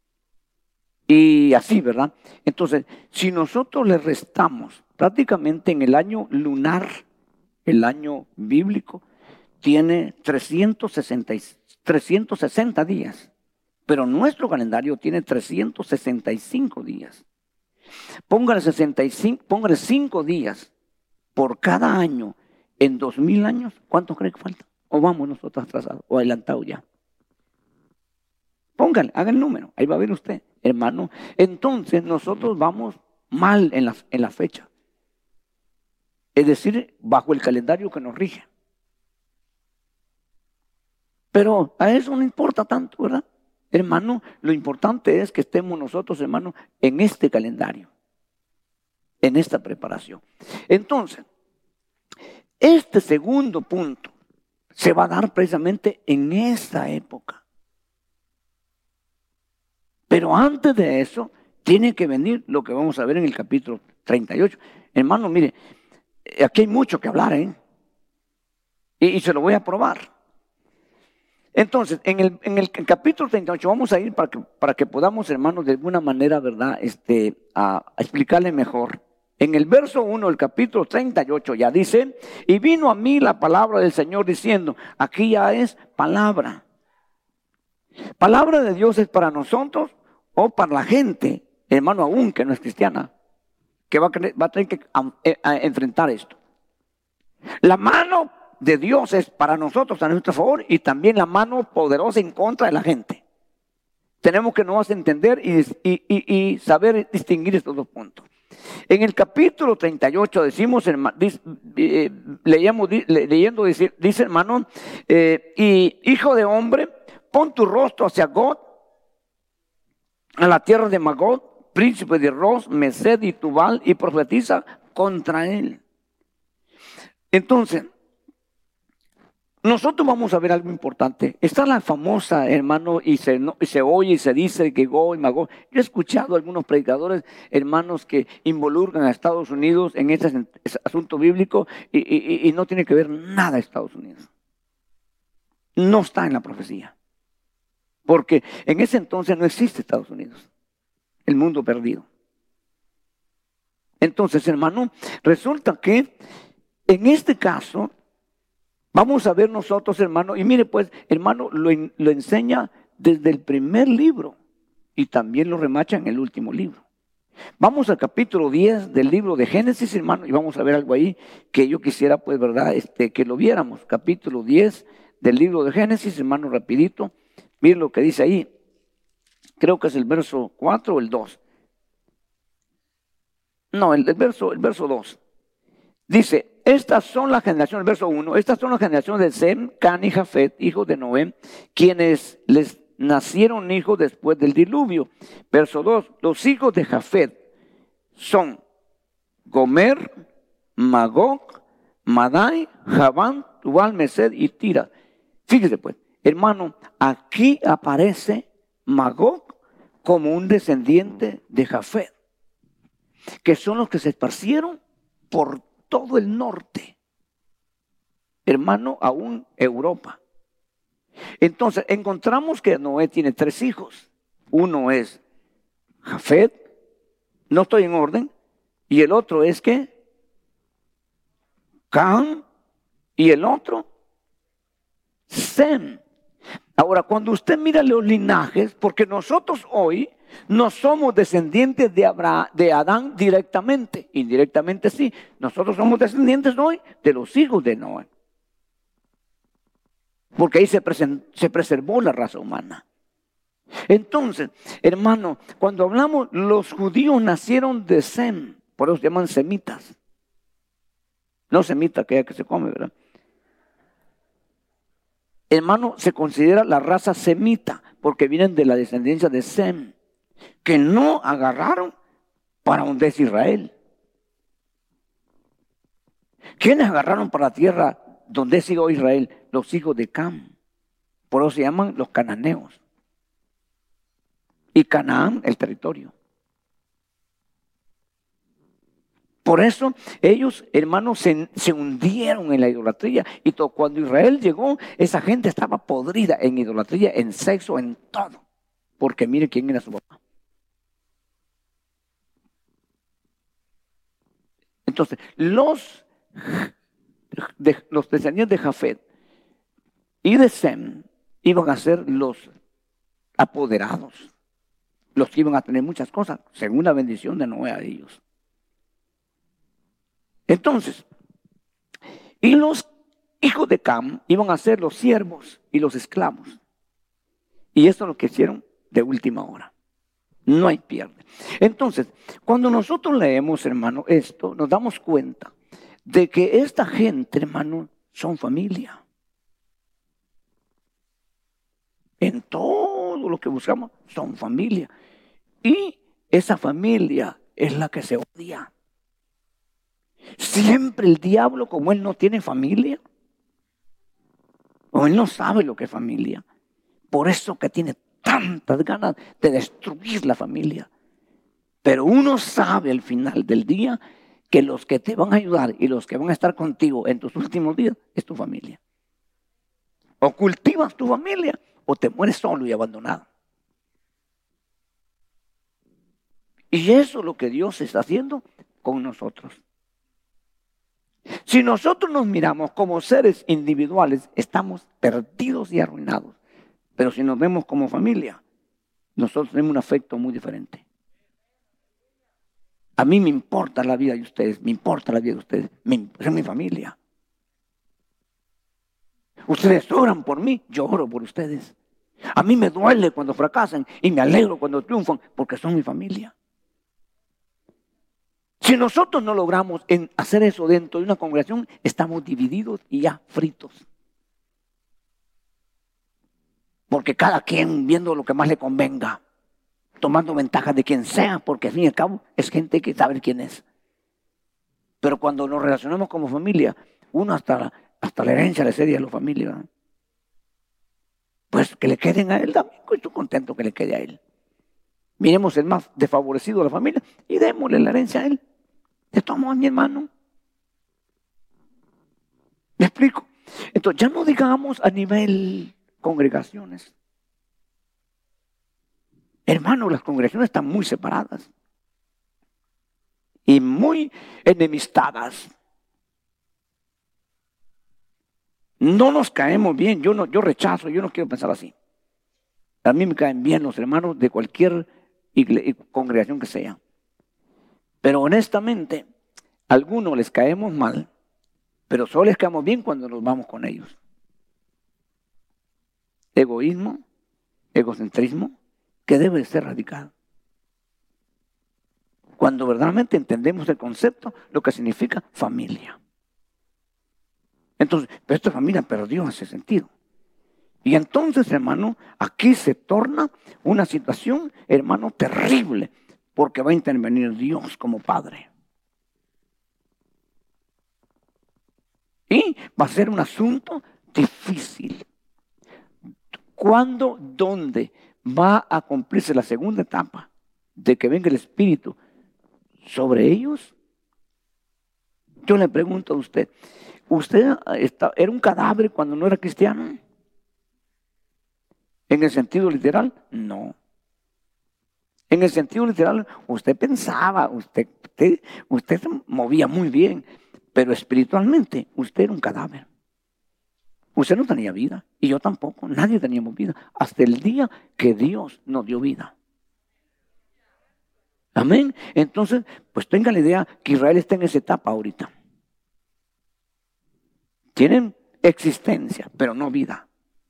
Y así, ¿verdad? Entonces, si nosotros le restamos prácticamente en el año lunar, el año bíblico, tiene trescientos sesenta días. Pero nuestro calendario tiene trescientos sesenta y cinco días. Póngale, sesenta y cinco, póngale cinco días por cada año en dos mil años. ¿Cuántos cree que falta? ¿O vamos nosotros atrasados o adelantados ya? Póngale, haga el número. Ahí va a ver usted, hermano. Entonces nosotros vamos mal en la, en la fecha. Es decir, bajo el calendario que nos rige. Pero a eso no importa tanto, ¿verdad? Hermano, lo importante es que estemos nosotros, hermano, en este calendario, en esta preparación. Entonces, este segundo punto se va a dar precisamente en esta época. Pero antes de eso, tiene que venir lo que vamos a ver en el capítulo treinta y ocho. Hermano, mire, aquí hay mucho que hablar, ¿eh? Y, y se lo voy a probar. Entonces, en el, en el capítulo treinta y ocho vamos a ir para que, para que podamos, hermanos, de alguna manera, ¿verdad? Este, a, a explicarle mejor. En el verso uno del capítulo treinta y ocho ya dice, y vino a mí la palabra del Señor diciendo, aquí ya es palabra. Palabra de Dios es para nosotros o para la gente, hermano, aún que no es cristiana, que va a, va a tener que a, a enfrentar esto. La mano de Dios es para nosotros, a nuestro favor, y también la mano poderosa en contra de la gente. Tenemos que nos entender y, y, y, y saber distinguir estos dos puntos. En el capítulo treinta y ocho decimos, hermano, dice, eh, leíamos, le, leyendo, dice, dice hermano, eh, y hijo de hombre, pon tu rostro hacia God, a la tierra de Magog, príncipe de Ros, Mesed y Tubal, y profetiza contra él. Entonces, nosotros vamos a ver algo importante. Está la famosa, hermano, y se, no, y se oye y se dice que Gog y Magog. Yo he escuchado a algunos predicadores, hermanos, que involucran a Estados Unidos en este asunto bíblico y, y, y no tiene que ver nada a Estados Unidos. No está en la profecía. Porque en ese entonces no existe Estados Unidos, el mundo perdido. Entonces, hermano, resulta que en este caso vamos a ver nosotros, hermano, y mire pues, hermano, lo, lo enseña desde el primer libro y también lo remacha en el último libro. Vamos al capítulo diez del libro de Génesis, hermano, y vamos a ver algo ahí que yo quisiera, pues, verdad, este, que lo viéramos. Capítulo diez del libro de Génesis, hermano, rapidito. Mire lo que dice ahí. Creo que es el verso cuatro o el dos. No, el, el, verso, el verso dos. Dice, estas son las generaciones, el verso uno, estas son las generaciones de Sem, Can y Jafet, hijos de Noé, quienes les nacieron hijos después del diluvio. Verso dos, los hijos de Jafet son Gomer, Magog, Madai, Javán, Tubal, Mesed y Tira. Fíjese pues, hermano, aquí aparece Magog como un descendiente de Jafet, que son los que se esparcieron por todo el norte, hermano, aún Europa. Entonces, encontramos que Noé tiene tres hijos. Uno es Jafet, no estoy en orden, y el otro es que Cam, y el otro Sem. Ahora, cuando usted mira los linajes, porque nosotros hoy no somos descendientes de, Abraham, de Adán directamente, indirectamente sí, nosotros somos descendientes hoy de los hijos de Noé. Porque ahí se, se preservó la raza humana. Entonces, hermano, cuando hablamos, los judíos nacieron de Sem, por eso se llaman semitas. No semita, que es que se come, ¿verdad? Hermano, se considera la raza semita, porque vienen de la descendencia de Sem, que no agarraron para donde es Israel. ¿Quiénes agarraron para la tierra donde es Israel? Los hijos de Cam. Por eso se llaman los cananeos. Y Canaán, el territorio. Por eso ellos, hermanos, se, se hundieron en la idolatría. Y todo, cuando Israel llegó, esa gente estaba podrida en idolatría, en sexo, en todo. Porque mire quién era su papá. Entonces, los, de, los descendientes de Jafet y de Sem iban a ser los apoderados, los que iban a tener muchas cosas, según la bendición de Noé a ellos. Entonces, y los hijos de Cam iban a ser los siervos y los esclavos. Y esto es lo que hicieron de última hora. No hay pierde. Entonces, cuando nosotros leemos, hermano, esto, nos damos cuenta de que esta gente, hermano, son familia. En todo lo que buscamos, son familia. Y esa familia es la que se odia. Siempre el diablo, como él no tiene familia, o él no sabe lo que es familia, por eso que tiene tantas ganas de destruir la familia. Pero uno sabe al final del día que los que te van a ayudar y los que van a estar contigo en tus últimos días es tu familia. O cultivas tu familia o te mueres solo y abandonado. Y eso es lo que Dios está haciendo con nosotros. Si nosotros nos miramos como seres individuales, estamos perdidos y arruinados. Pero si nos vemos como familia, nosotros tenemos un afecto muy diferente. A mí me importa la vida de ustedes, me importa la vida de ustedes, me, es mi familia. Ustedes oran por mí, yo oro por ustedes. A mí me duele cuando fracasan y me alegro cuando triunfan porque son mi familia. Si nosotros no logramos en hacer eso dentro de una congregación, estamos divididos y ya fritos. Porque cada quien viendo lo que más le convenga, tomando ventaja de quien sea, porque al fin y al cabo es gente que sabe quién es. Pero cuando nos relacionamos como familia, uno hasta, hasta la herencia le cede a la familia, ¿no? Pues que le queden a él también, estoy contento que le quede a él. Miremos el más desfavorecido de la familia y démosle la herencia a él. De todos modos, mi hermano. ¿Me explico? Entonces, ya no digamos a nivel congregaciones. Hermano, las congregaciones están muy separadas y muy enemistadas. No nos caemos bien, yo no, yo rechazo, yo no quiero pensar así. A mí me caen bien los hermanos de cualquier iglesia, congregación que sea. Pero honestamente, a algunos les caemos mal, pero solo les caemos bien cuando nos vamos con ellos. Egoísmo, egocentrismo, que debe ser radicado. Cuando verdaderamente entendemos el concepto, lo que significa familia. Entonces, pero esta familia perdió ese sentido. Y entonces, hermano, aquí se torna una situación, hermano, terrible, porque va a intervenir Dios como Padre. Y va a ser un asunto difícil. ¿Cuándo, dónde va a cumplirse la segunda etapa de que venga el Espíritu sobre ellos? Yo le pregunto a usted, ¿usted está, era un cadáver cuando no era cristiano? ¿En el sentido literal? No. En el sentido literal, usted pensaba, usted, usted, usted se movía muy bien, pero espiritualmente usted era un cadáver. Usted no tenía vida y yo tampoco, nadie teníamos vida hasta el día que Dios nos dio vida. Amén. Entonces, pues tenga la idea que Israel está en esa etapa ahorita. Tienen existencia, pero no vida.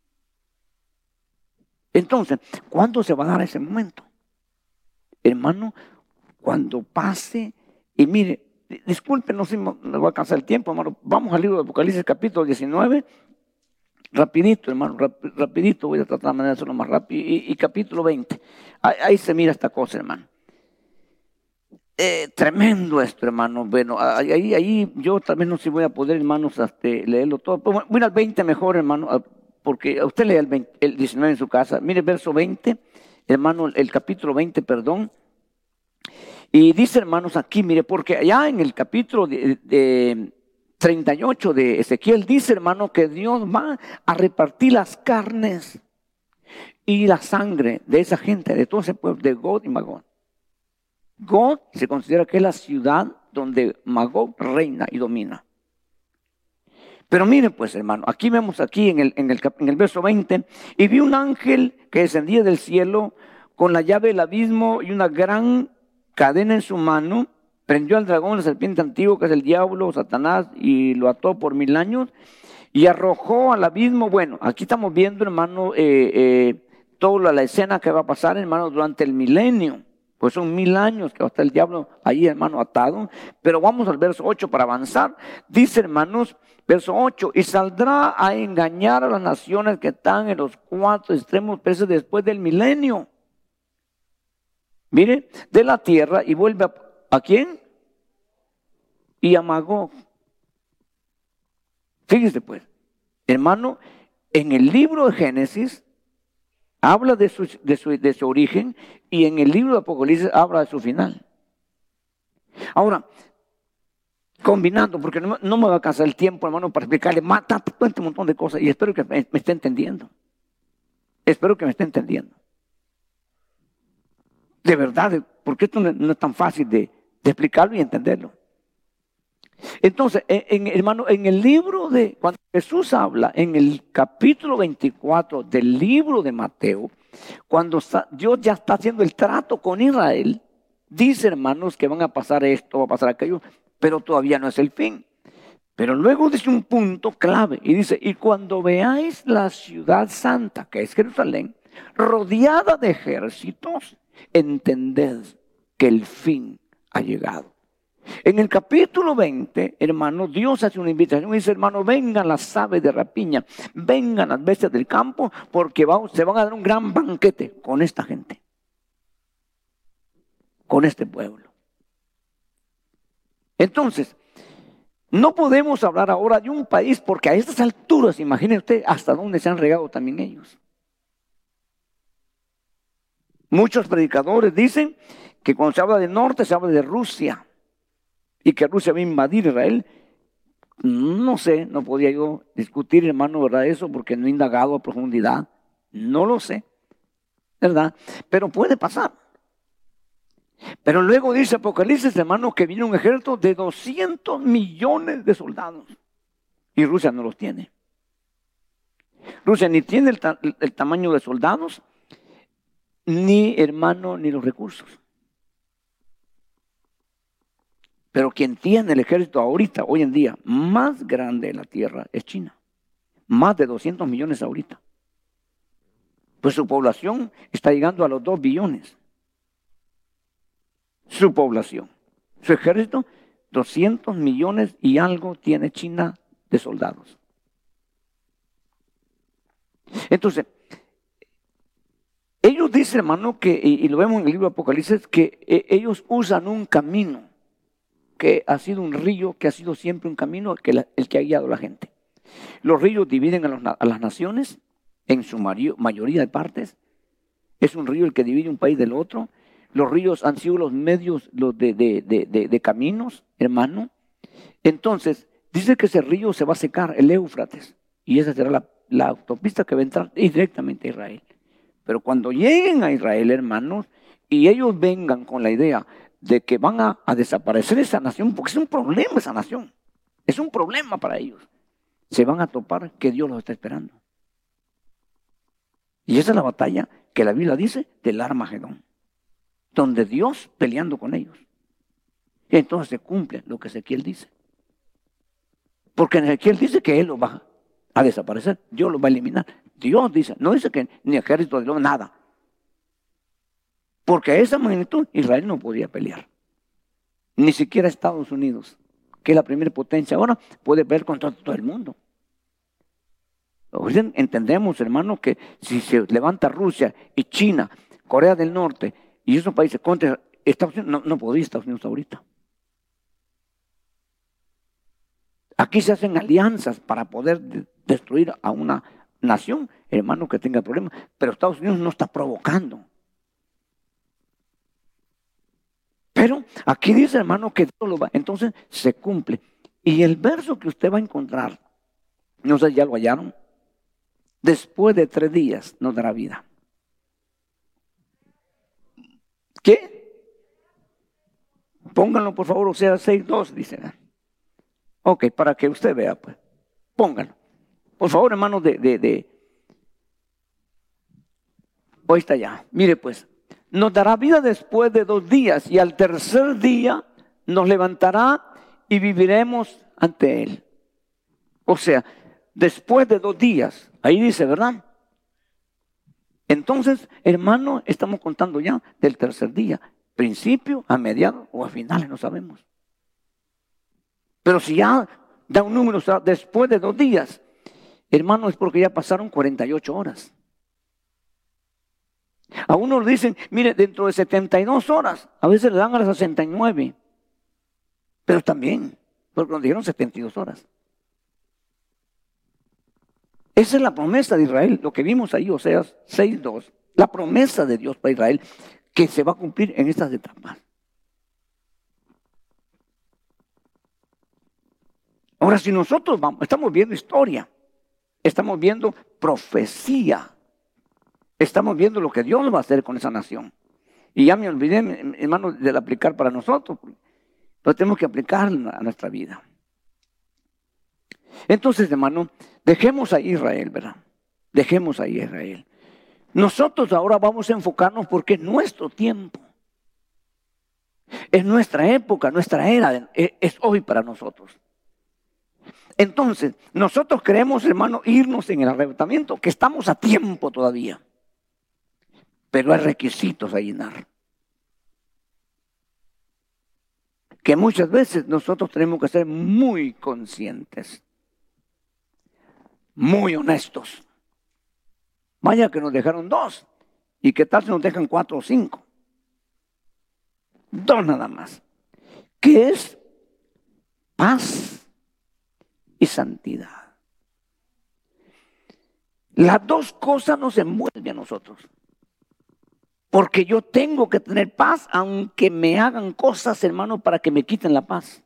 Entonces, ¿cuándo se va a dar ese momento? Hermano, cuando pase, y mire, disculpen, no sé si me va a cansar el tiempo, hermano. Vamos al libro de Apocalipsis, capítulo diecinueve. Rapidito, hermano, rap, rapidito, voy a tratar de hacerlo más rápido. Y, y capítulo veinte. Ahí, ahí se mira esta cosa, hermano. Eh, tremendo esto, hermano. Bueno, ahí, ahí yo también no sé si voy a poder, hermanos, hasta leerlo todo. Pues, voy al veinte mejor, hermano, porque usted lee el, veinte, el diecinueve en su casa. Mire, verso veinte, hermano, el capítulo veinte, perdón. Y dice, hermanos, aquí, mire, porque allá en el capítulo de, de treinta y ocho de Ezequiel dice, hermano, que Dios va a repartir las carnes y la sangre de esa gente, de todo ese pueblo, de Gog y Magog. Gog se considera que es la ciudad donde Magog reina y domina. Pero miren pues, hermano, aquí vemos aquí en el, en el, en el verso veinte, y vi un ángel que descendía del cielo con la llave del abismo y una gran cadena en su mano. Prendió al dragón, la serpiente antigua, que es el diablo, Satanás, y lo ató por mil años, y arrojó al abismo. Bueno, aquí estamos viendo, hermano, eh, eh, toda la escena que va a pasar, hermano, durante el milenio. Pues son mil años que va a estar el diablo ahí, hermano, atado. Pero vamos al verso ocho para avanzar. Dice, hermanos, verso ocho, y saldrá a engañar a las naciones que están en los cuatro extremos peces después del milenio. Mire, de la tierra, y vuelve a, ¿a quién? Y a Magog. Fíjese pues, hermano, en el libro de Génesis habla de su, de, su, de su origen, y en el libro de Apocalipsis habla de su final. Ahora, combinando, porque no, no me va a alcanzar el tiempo, hermano, para explicarle más tanto, un montón de cosas, y espero que me, me esté entendiendo. Espero que me esté entendiendo. De verdad, porque esto no, no es tan fácil de, de explicarlo y entenderlo. Entonces, en, en, hermano, en el libro de, cuando Jesús habla, en el capítulo veinticuatro del libro de Mateo, cuando está, Dios ya está haciendo el trato con Israel, dice, hermanos, que van a pasar esto, va a pasar aquello, pero todavía no es el fin. Pero luego dice un punto clave, y dice, y cuando veáis la ciudad santa, que es Jerusalén, rodeada de ejércitos, entended que el fin ha llegado. En el capítulo veinte, hermano, Dios hace una invitación y dice, hermano, vengan las aves de rapiña, vengan las bestias del campo, porque va, se van a dar un gran banquete con esta gente, con este pueblo. Entonces, no podemos hablar ahora de un país, porque a estas alturas, imagine usted hasta dónde se han regado también ellos. Muchos predicadores dicen que cuando se habla del norte, se habla de Rusia, y que Rusia va a invadir Israel. No sé, no podía yo discutir, hermano, ¿verdad? Eso, porque no he indagado a profundidad. No lo sé, ¿verdad? Pero puede pasar. Pero luego dice Apocalipsis, hermano, que viene un ejército de doscientos millones de soldados. Y Rusia no los tiene. Rusia ni tiene el, ta- el tamaño de soldados, ni, hermano, ni los recursos. Pero quien tiene el ejército ahorita, hoy en día, más grande de la tierra es China. Más de doscientos millones ahorita. Pues su población está llegando a los dos billones. Su población. Su ejército, doscientos millones y algo tiene China de soldados. Entonces, ellos dicen, hermano, que, y, y lo vemos en el libro de Apocalipsis, que eh, ellos usan un camino que ha sido un río, que ha sido siempre un camino que la, el que ha guiado a la gente. Los ríos dividen a, los, a las naciones en su mayoría de partes. Es un río el que divide un país del otro. Los ríos han sido los medios los de, de, de, de, de caminos, hermano. Entonces, dice que ese río se va a secar, el Éufrates, y esa será la, la autopista que va a entrar directamente a Israel. Pero cuando lleguen a Israel, hermanos, y ellos vengan con la idea de que van a, a desaparecer esa nación, porque es un problema esa nación, es un problema para ellos, se van a topar que Dios los está esperando. Y esa es la batalla que la Biblia dice del Armagedón, donde Dios peleando con ellos. Y entonces se cumple lo que Ezequiel dice. Porque Ezequiel dice que Él lo va a desaparecer, Dios lo va a eliminar. Dios dice, no dice que ni ejército de Dios, nada. Porque a esa magnitud Israel no podía pelear. Ni siquiera Estados Unidos, que es la primera potencia ahora, puede pelear contra todo el mundo. Entendemos, hermano, que si se levanta Rusia y China, Corea del Norte y esos países contra Estados Unidos, no, no podría Estados Unidos ahorita. Aquí se hacen alianzas para poder de- destruir a una nación, hermano, que tenga problemas, pero Estados Unidos no está provocando. Pero aquí dice, hermano, que Dios lo va, entonces se cumple. Y el verso que usted va a encontrar, no sé, ya lo hallaron, después de tres días nos dará vida. ¿Qué? Pónganlo, por favor, o sea, seis dos, dice. Ok, para que usted vea, pues, pónganlo. Por favor, hermano, de, de, de. Hoy está ya. Mire, pues, nos dará vida después de dos días y al tercer día nos levantará y viviremos ante Él. O sea, después de dos días, ahí dice, ¿verdad? Entonces, hermano, estamos contando ya del tercer día. principio, a mediados o a finales, no sabemos. Pero si ya da un número, o sea, después de dos días, hermano, es porque ya pasaron cuarenta y ocho horas. A unos dicen, mire, dentro de setenta y dos horas, a veces le dan a las sesenta y nueve. Pero también, porque nos dijeron setenta y dos horas. Esa es la promesa de Israel, lo que vimos ahí, Oseas seis dos. La promesa de Dios para Israel, que se va a cumplir en estas etapas. Ahora, si nosotros vamos, estamos viendo historia, estamos viendo profecía, estamos viendo lo que Dios va a hacer con esa nación. Y ya me olvidé, hermano, de aplicar para nosotros, pero tenemos que aplicar a nuestra vida. Entonces, hermano, dejemos a Israel, ¿verdad? Dejemos a Israel. Nosotros ahora vamos a enfocarnos porque es nuestro tiempo. Es nuestra época, nuestra era, es hoy para nosotros. Entonces, nosotros queremos, hermano, irnos en el arrebatamiento, que estamos a tiempo todavía. Pero hay requisitos a llenar. Que muchas veces nosotros tenemos que ser muy conscientes. Muy honestos. Vaya que nos dejaron dos. ¿Y qué tal si nos dejan cuatro o cinco? Dos nada más. ¿Qué es? Paz y santidad. Las dos cosas nos envuelven a nosotros. Porque yo tengo que tener paz aunque me hagan cosas, hermano, para que me quiten la paz.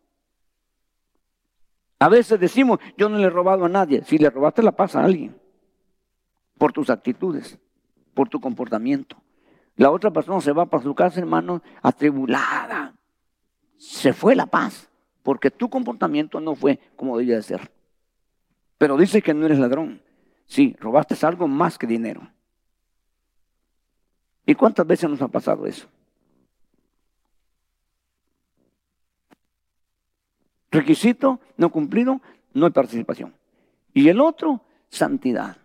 A veces decimos, yo no le he robado a nadie. Si le robaste la paz a alguien, por tus actitudes, por tu comportamiento. La otra persona se va para su casa, hermano, atribulada. Se fue la paz, porque tu comportamiento no fue como debía de ser. Pero dice que no eres ladrón. Sí, robaste algo más que dinero. ¿Y cuántas veces nos ha pasado eso? Requisito no cumplido, no hay participación. Y el otro, santidad.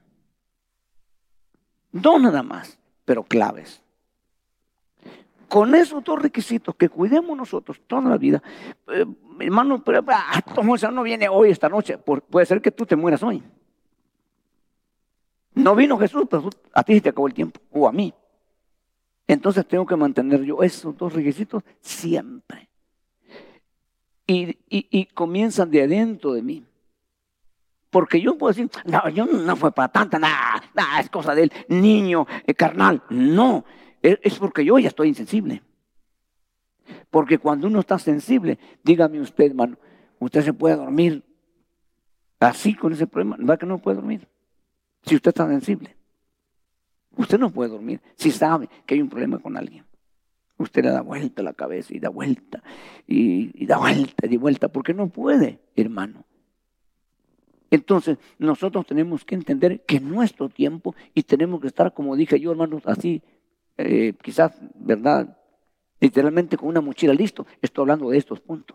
Dos nada más, pero claves. Con esos dos requisitos que cuidemos nosotros toda la vida, eh, hermano, pero ah, eso no viene hoy, esta noche. Por, puede ser que tú te mueras hoy. No vino Jesús, pero a ti te acabó el tiempo, o a mí. Entonces tengo que mantener yo esos dos requisitos siempre. Y, y, y comienzan de adentro de mí. Porque yo puedo decir, no, yo no fue para tanta, nada, nada, es cosa del niño eh, carnal. No, es, es porque yo ya estoy insensible. Porque cuando uno está sensible, dígame usted, hermano, usted se puede dormir así con ese problema. ¿Verdad que no puede dormir? Si usted está sensible. Usted no puede dormir si sabe que hay un problema con alguien. Usted le da vuelta a la cabeza y da vuelta y, y da vuelta y da vuelta porque no puede, hermano. Entonces, nosotros tenemos que entender que es nuestro tiempo y tenemos que estar, como dije yo, hermanos, así, eh, quizás, ¿verdad? Literalmente con una mochila listo. Estoy hablando de estos puntos.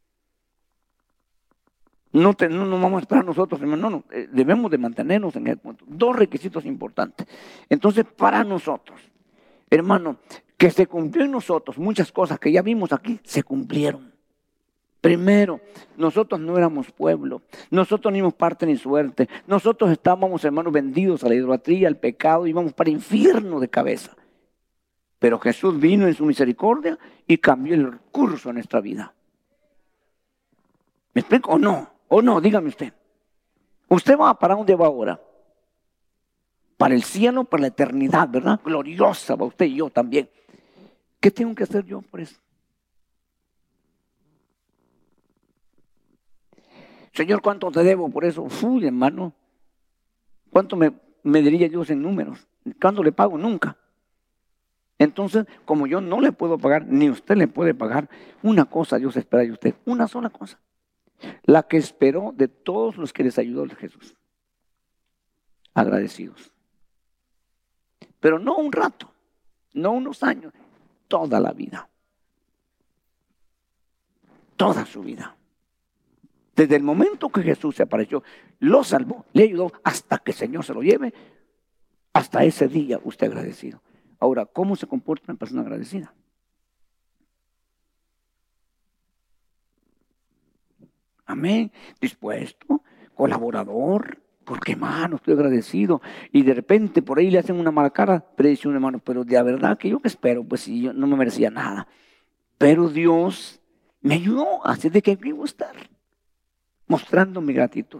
No, te, no nos vamos a esperar nosotros, hermano, no, no, eh, debemos de mantenernos en el punto. Dos requisitos importantes. Entonces, para nosotros, hermano, que se cumplió en nosotros, muchas cosas que ya vimos aquí, se cumplieron. Primero, nosotros no éramos pueblo, nosotros no íbamos parte ni suerte, nosotros estábamos, hermanos, vendidos a la idolatría, al pecado, íbamos para el infierno de cabeza. Pero Jesús vino en su misericordia y cambió el curso de nuestra vida. ¿Me explico o no? O no, dígame usted. ¿Usted va para dónde va ahora? Para el cielo, para la eternidad, ¿verdad? Gloriosa va usted y yo también. ¿Qué tengo que hacer yo por eso? Señor, ¿cuánto te debo por eso? Uy, hermano, ¿cuánto me, me diría Dios en números? ¿Cuánto le pago? Nunca. Entonces, como yo no le puedo pagar, ni usted le puede pagar, una cosa Dios espera de usted, una sola cosa. La que esperó de todos los que les ayudó Jesús. Agradecidos. Pero no un rato, no unos años, toda la vida. Toda su vida. Desde el momento que Jesús se apareció, lo salvó, le ayudó hasta que el Señor se lo lleve, hasta ese día usted agradecido. Ahora, ¿cómo se comporta una persona agradecida? Amén. Dispuesto, colaborador. Porque, hermano, estoy agradecido. Y de repente por ahí le hacen una mala cara, pero dice un hermano, pero de verdad que yo que espero, pues si yo no me merecía nada. Pero Dios me ayudó, así de que aquí voy a estar, mostrando mi gratitud.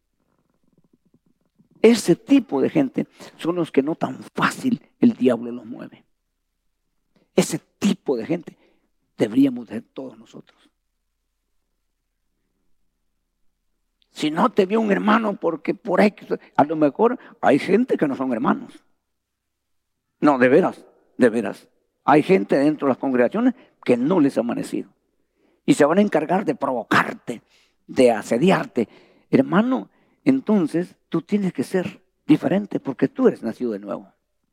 Ese tipo de gente son los que no tan fácil el diablo los mueve. Ese tipo de gente deberíamos ser todos nosotros. Si no te vio un hermano porque por ahí, a lo mejor hay gente que no son hermanos. No, de veras, de veras. Hay gente dentro de las congregaciones que no les ha amanecido. Y se van a encargar de provocarte, de asediarte. Hermano, entonces tú tienes que ser diferente porque tú eres nacido de nuevo.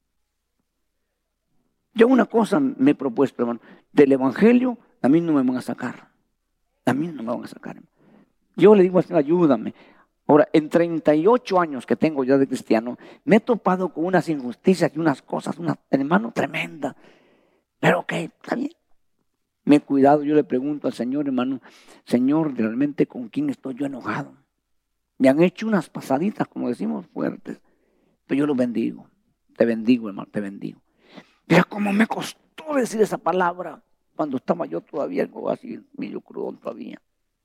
Yo una cosa me he propuesto, hermano. Del evangelio a mí no me van a sacar. A mí no me van a sacar, hermano. Yo le digo al Señor, ayúdame. Ahora, en treinta y ocho años que tengo yo de cristiano, me he topado con unas injusticias y unas cosas, una, hermano, tremenda. Pero que, está bien. Me he cuidado, yo le pregunto al Señor, hermano, Señor, realmente con quién estoy yo enojado. Me han hecho unas pasaditas, como decimos, fuertes. Pero yo lo bendigo. Te bendigo, hermano, te bendigo. Mira cómo me costó decir esa palabra cuando estaba yo todavía, algo así, medio crudón todavía.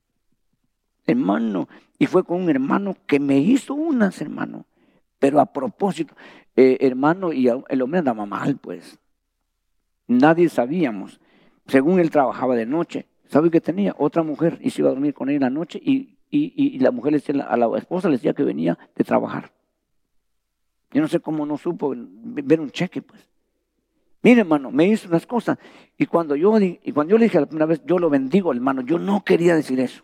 Hermano, y fue con un hermano que me hizo unas, hermano, pero a propósito, eh, hermano, y el hombre andaba mal, pues. Nadie sabíamos. Según él trabajaba de noche, ¿sabe qué tenía? Otra mujer y se iba a dormir con él en la noche y, y, y la mujer le decía, a la esposa le decía que venía de trabajar. Yo no sé cómo no supo ver un cheque, pues. Mire, hermano, me hizo unas cosas y cuando yo, y cuando yo le dije la primera vez, yo lo bendigo, hermano, yo no quería decir eso.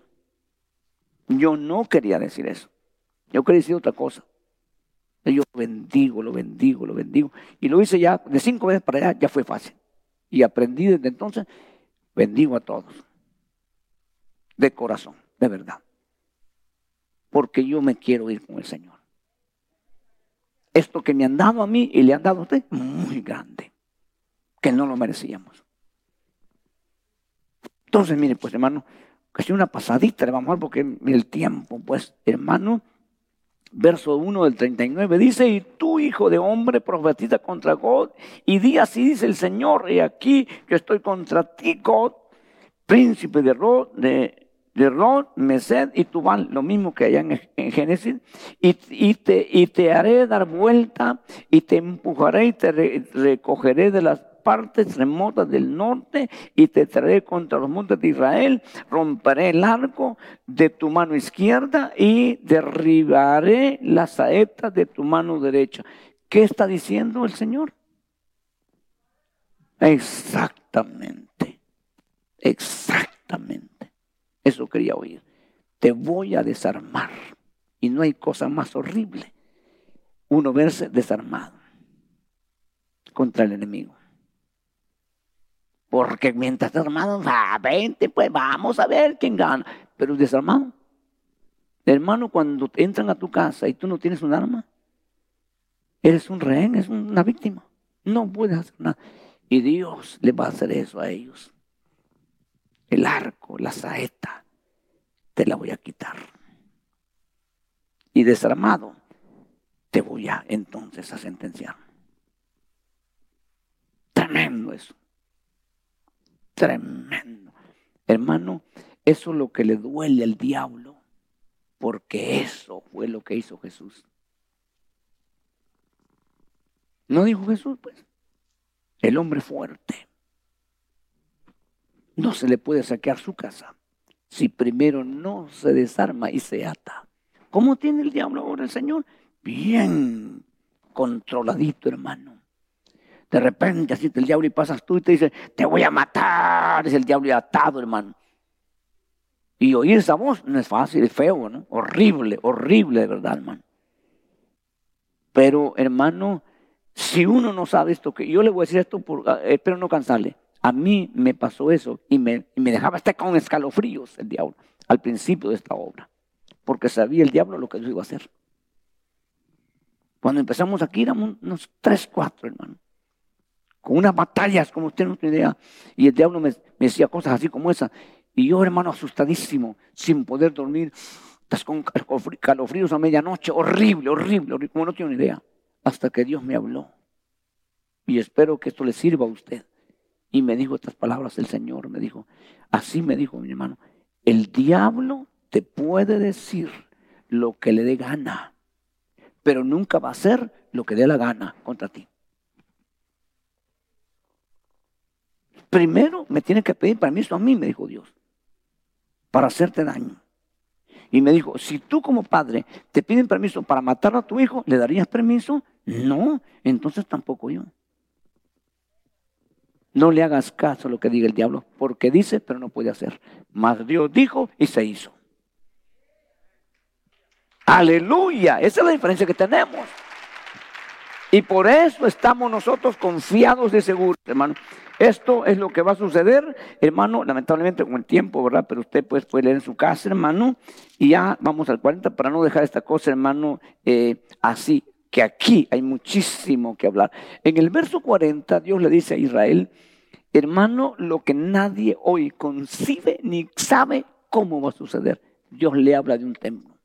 Yo no quería decir eso. Yo quería decir otra cosa. Yo lo bendigo, lo bendigo, lo bendigo. Y lo hice ya de cinco veces para allá, ya fue fácil. Y aprendí desde entonces, bendigo a todos. De corazón, de verdad. Porque yo me quiero ir con el Señor. Esto que me han dado a mí y le han dado a usted, muy grande. Que no lo merecíamos. Entonces, mire, pues hermano, casi una pasadita le vamos a dar porque el tiempo, pues, hermano, verso uno del treinta y nueve dice, y tú, hijo de hombre, profetiza contra God, y di así dice el Señor, y aquí yo estoy contra ti, God, príncipe de Rod, de, de Rod, Mesed y Tubal, lo mismo que allá en, en Génesis, y, y, te, y te haré dar vuelta, y te empujaré y te re, recogeré de las partes remotas del norte y te traeré contra los montes de Israel, romperé el arco de tu mano izquierda y derribaré las saetas de tu mano derecha. ¿Qué está diciendo el Señor? Exactamente, exactamente. Eso quería oír. Te voy a desarmar. Y no hay cosa más horrible uno verse desarmado contra el enemigo. Porque mientras estás armado, ah, vente, pues vamos a ver quién gana. Pero desarmado. Hermano, cuando entran a tu casa y tú no tienes un arma, eres un rehén, eres una víctima. No puedes hacer nada. Y Dios le va a hacer eso a ellos. El arco, la saeta, te la voy a quitar. Y desarmado, te voy a entonces a sentenciar. Tremendo eso. Tremendo. Hermano, eso es lo que le duele al diablo, porque eso fue lo que hizo Jesús. ¿No dijo Jesús, pues? El hombre fuerte no se le puede saquear su casa si primero no se desarma y se ata. ¿Cómo tiene el diablo ahora el Señor? Bien controladito, hermano. De repente así el diablo y pasas tú y te dice, te voy a matar. Es el diablo y atado, hermano. Y oír esa voz no es fácil, es feo, ¿no? Horrible, horrible de verdad, hermano. Pero, hermano, si uno no sabe esto, que yo le voy a decir esto, por, eh, espero no cansarle. A mí me pasó eso y me, y me dejaba estar con escalofríos el diablo al principio de esta obra. Porque sabía el diablo lo que yo iba a hacer. Cuando empezamos aquí éramos unos tres, cuatro, hermano. Con unas batallas como usted no tiene idea. Y el diablo me, me decía cosas así como esa. Y yo, hermano, asustadísimo, sin poder dormir, estás con calofríos a medianoche, horrible, horrible, horrible, como no tengo ni idea. Hasta que Dios me habló. Y espero que esto le sirva a usted. Y me dijo estas palabras el Señor, me dijo, así me dijo mi hermano, el diablo te puede decir lo que le dé gana, pero nunca va a hacer lo que dé la gana contra ti. Primero me tiene que pedir permiso a mí, me dijo Dios, para hacerte daño. Y me dijo, si tú como padre te piden permiso para matar a tu hijo, ¿le darías permiso? No, entonces tampoco yo. No le hagas caso a lo que diga el diablo, porque dice, pero no puede hacer. Mas Dios dijo y se hizo. Aleluya, esa es la diferencia que tenemos. Y por eso estamos nosotros confiados y seguros, hermano. Esto es lo que va a suceder, hermano, lamentablemente con el tiempo, ¿verdad? Pero usted pues puede leer en su casa, hermano. Y ya vamos al cuarenta para no dejar esta cosa, hermano, eh, así. Que aquí hay muchísimo que hablar. En el verso cuarenta, Dios le dice a Israel, hermano, lo que nadie hoy concibe ni sabe cómo va a suceder. Dios le habla de un templo.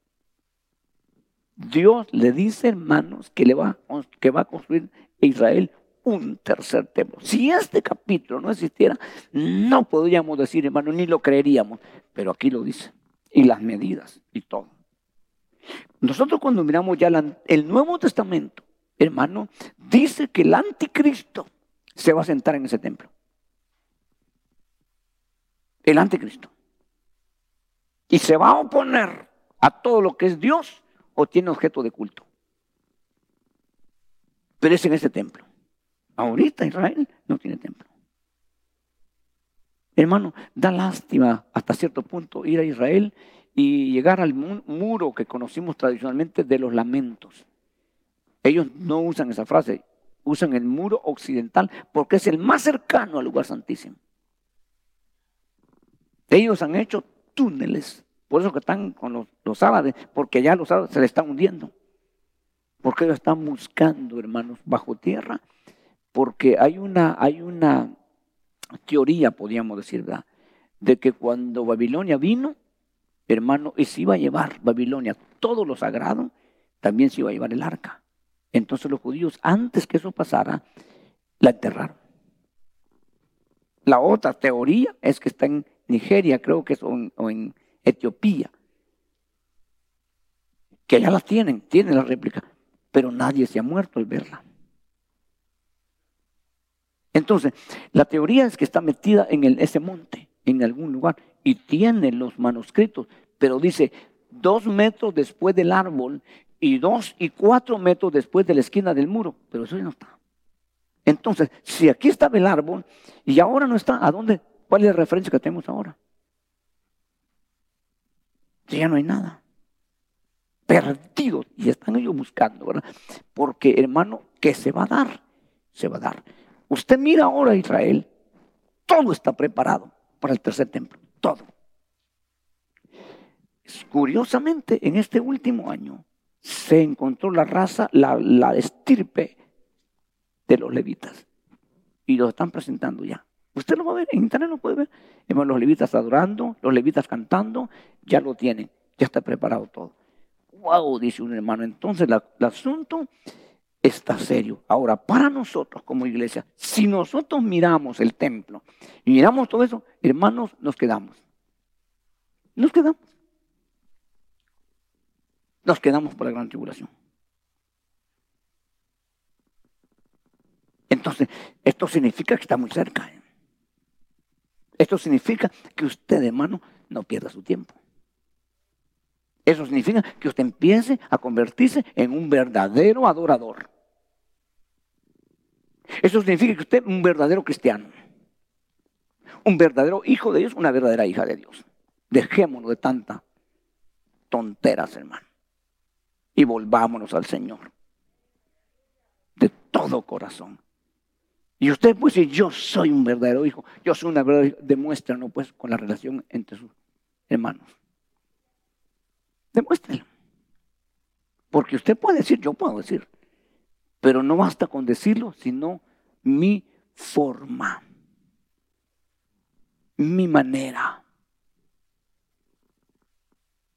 Dios le dice, hermanos, que, le va, que va a construir a Israel un tercer templo. Si este capítulo no existiera, no podríamos decir, hermano, ni lo creeríamos. Pero aquí lo dice. Y las medidas y todo. Nosotros cuando miramos ya la, el Nuevo Testamento, hermano, dice que el anticristo se va a sentar en ese templo. El anticristo. Y se va a oponer a todo lo que es Dios o tiene objeto de culto. Pero es en ese templo. Ahorita Israel no tiene templo. Hermano, da lástima hasta cierto punto ir a Israel y llegar al muro que conocimos tradicionalmente de los lamentos. Ellos no usan esa frase, usan el muro occidental porque es el más cercano al lugar santísimo. Ellos han hecho túneles, por eso que están con los, los árabes, porque ya los árabes se les están hundiendo. Porque ellos están buscando, hermanos, bajo tierra, porque hay una, hay una teoría, podríamos decir, ¿verdad?, de que cuando Babilonia vino, hermano, y se iba a llevar Babilonia todo lo sagrado, también se iba a llevar el arca. Entonces los judíos, antes que eso pasara, la enterraron. La otra teoría es que está en Nigeria, creo que es, o en, o en Etiopía, que ya la tienen, tienen la réplica, pero nadie se ha muerto al verla. Entonces, la teoría es que está metida en el, ese monte, en algún lugar, y tiene los manuscritos, pero dice dos metros después del árbol y dos y cuatro metros después de la esquina del muro, pero eso ya no está. Entonces, si aquí estaba el árbol y ahora no está, ¿a dónde? ¿Cuál es la referencia que tenemos ahora? Ya no hay nada. Perdidos, y están ellos buscando, ¿verdad? Porque, hermano, ¿qué se va a dar? Se va a dar. Usted mira ahora a Israel, todo está preparado para el tercer templo, todo. Curiosamente, en este último año se encontró la raza, la, la estirpe de los levitas, y los están presentando ya. Usted lo va a ver, en internet lo puede ver. Hermano, los levitas adorando, los levitas cantando, ya lo tienen, ya está preparado todo. Wow, dice un hermano, entonces la, el asunto está serio. Ahora, para nosotros como iglesia, si nosotros miramos el templo y miramos todo eso, hermanos, nos quedamos. Nos quedamos. Nos quedamos por la gran tribulación. Entonces, esto significa que está muy cerca. ¿eh? Esto significa que usted, hermano, no pierda su tiempo. Eso significa que usted empiece a convertirse en un verdadero adorador. Eso significa que usted es un verdadero cristiano. Un verdadero hijo de Dios, una verdadera hija de Dios. Dejémonos de tanta tonteras, hermano. Y volvámonos al Señor. De todo corazón. Y usted puede decir, yo soy un verdadero hijo. Yo soy una verdadera hija. Demuéstrenlo pues con la relación entre sus hermanos. Demuéstrenlo. Porque usted puede decir, yo puedo decir. Pero no basta con decirlo, sino mi forma. Mi manera.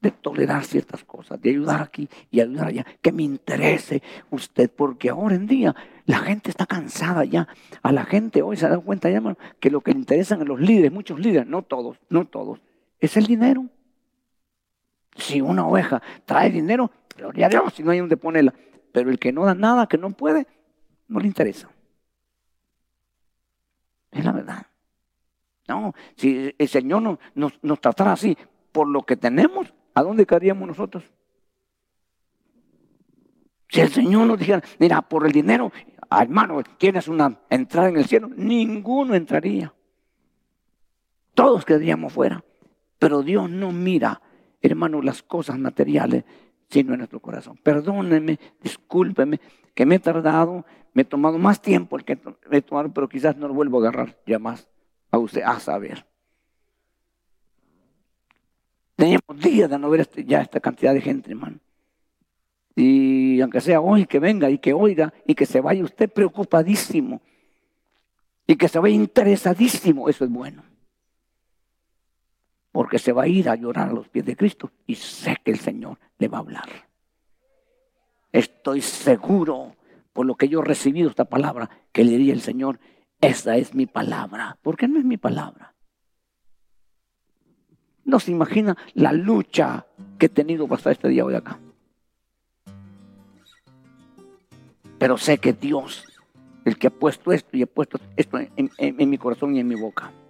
de tolerar ciertas cosas, de ayudar aquí y ayudar allá, que me interese usted, porque ahora en día la gente está cansada ya. A la gente hoy se ha dado cuenta ya, hermano, que lo que le interesan a los líderes, muchos líderes, no todos, no todos, es el dinero. Si una oveja trae dinero, gloria a Dios, si no hay donde ponerla. Pero el que no da nada, que no puede, no le interesa. Es la verdad. No, si el Señor nos, nos, nos tratara así por lo que tenemos, ¿a dónde caeríamos nosotros? Si el Señor nos dijera, mira, por el dinero, hermano, tienes una entrada en el cielo, ninguno entraría. Todos quedaríamos fuera. Pero Dios no mira, hermano, las cosas materiales, sino en nuestro corazón. Perdónenme, discúlpenme, que me he tardado, me he tomado más tiempo el que me he tomado, pero quizás no lo vuelvo a agarrar ya más a usted, a saber. Teníamos días de no ver este, ya esta cantidad de gente, hermano. Y aunque sea hoy, que venga y que oiga y que se vaya usted preocupadísimo y que se vaya interesadísimo, eso es bueno. Porque se va a ir a llorar a los pies de Cristo y sé que el Señor le va a hablar. Estoy seguro, por lo que yo he recibido esta palabra, que le diría el Señor, esa es mi palabra. Porque no es mi palabra. No se imagina la lucha que he tenido para estar este día hoy acá. Pero sé que Dios, el que ha puesto esto y ha puesto esto en, en, en mi corazón y en mi boca,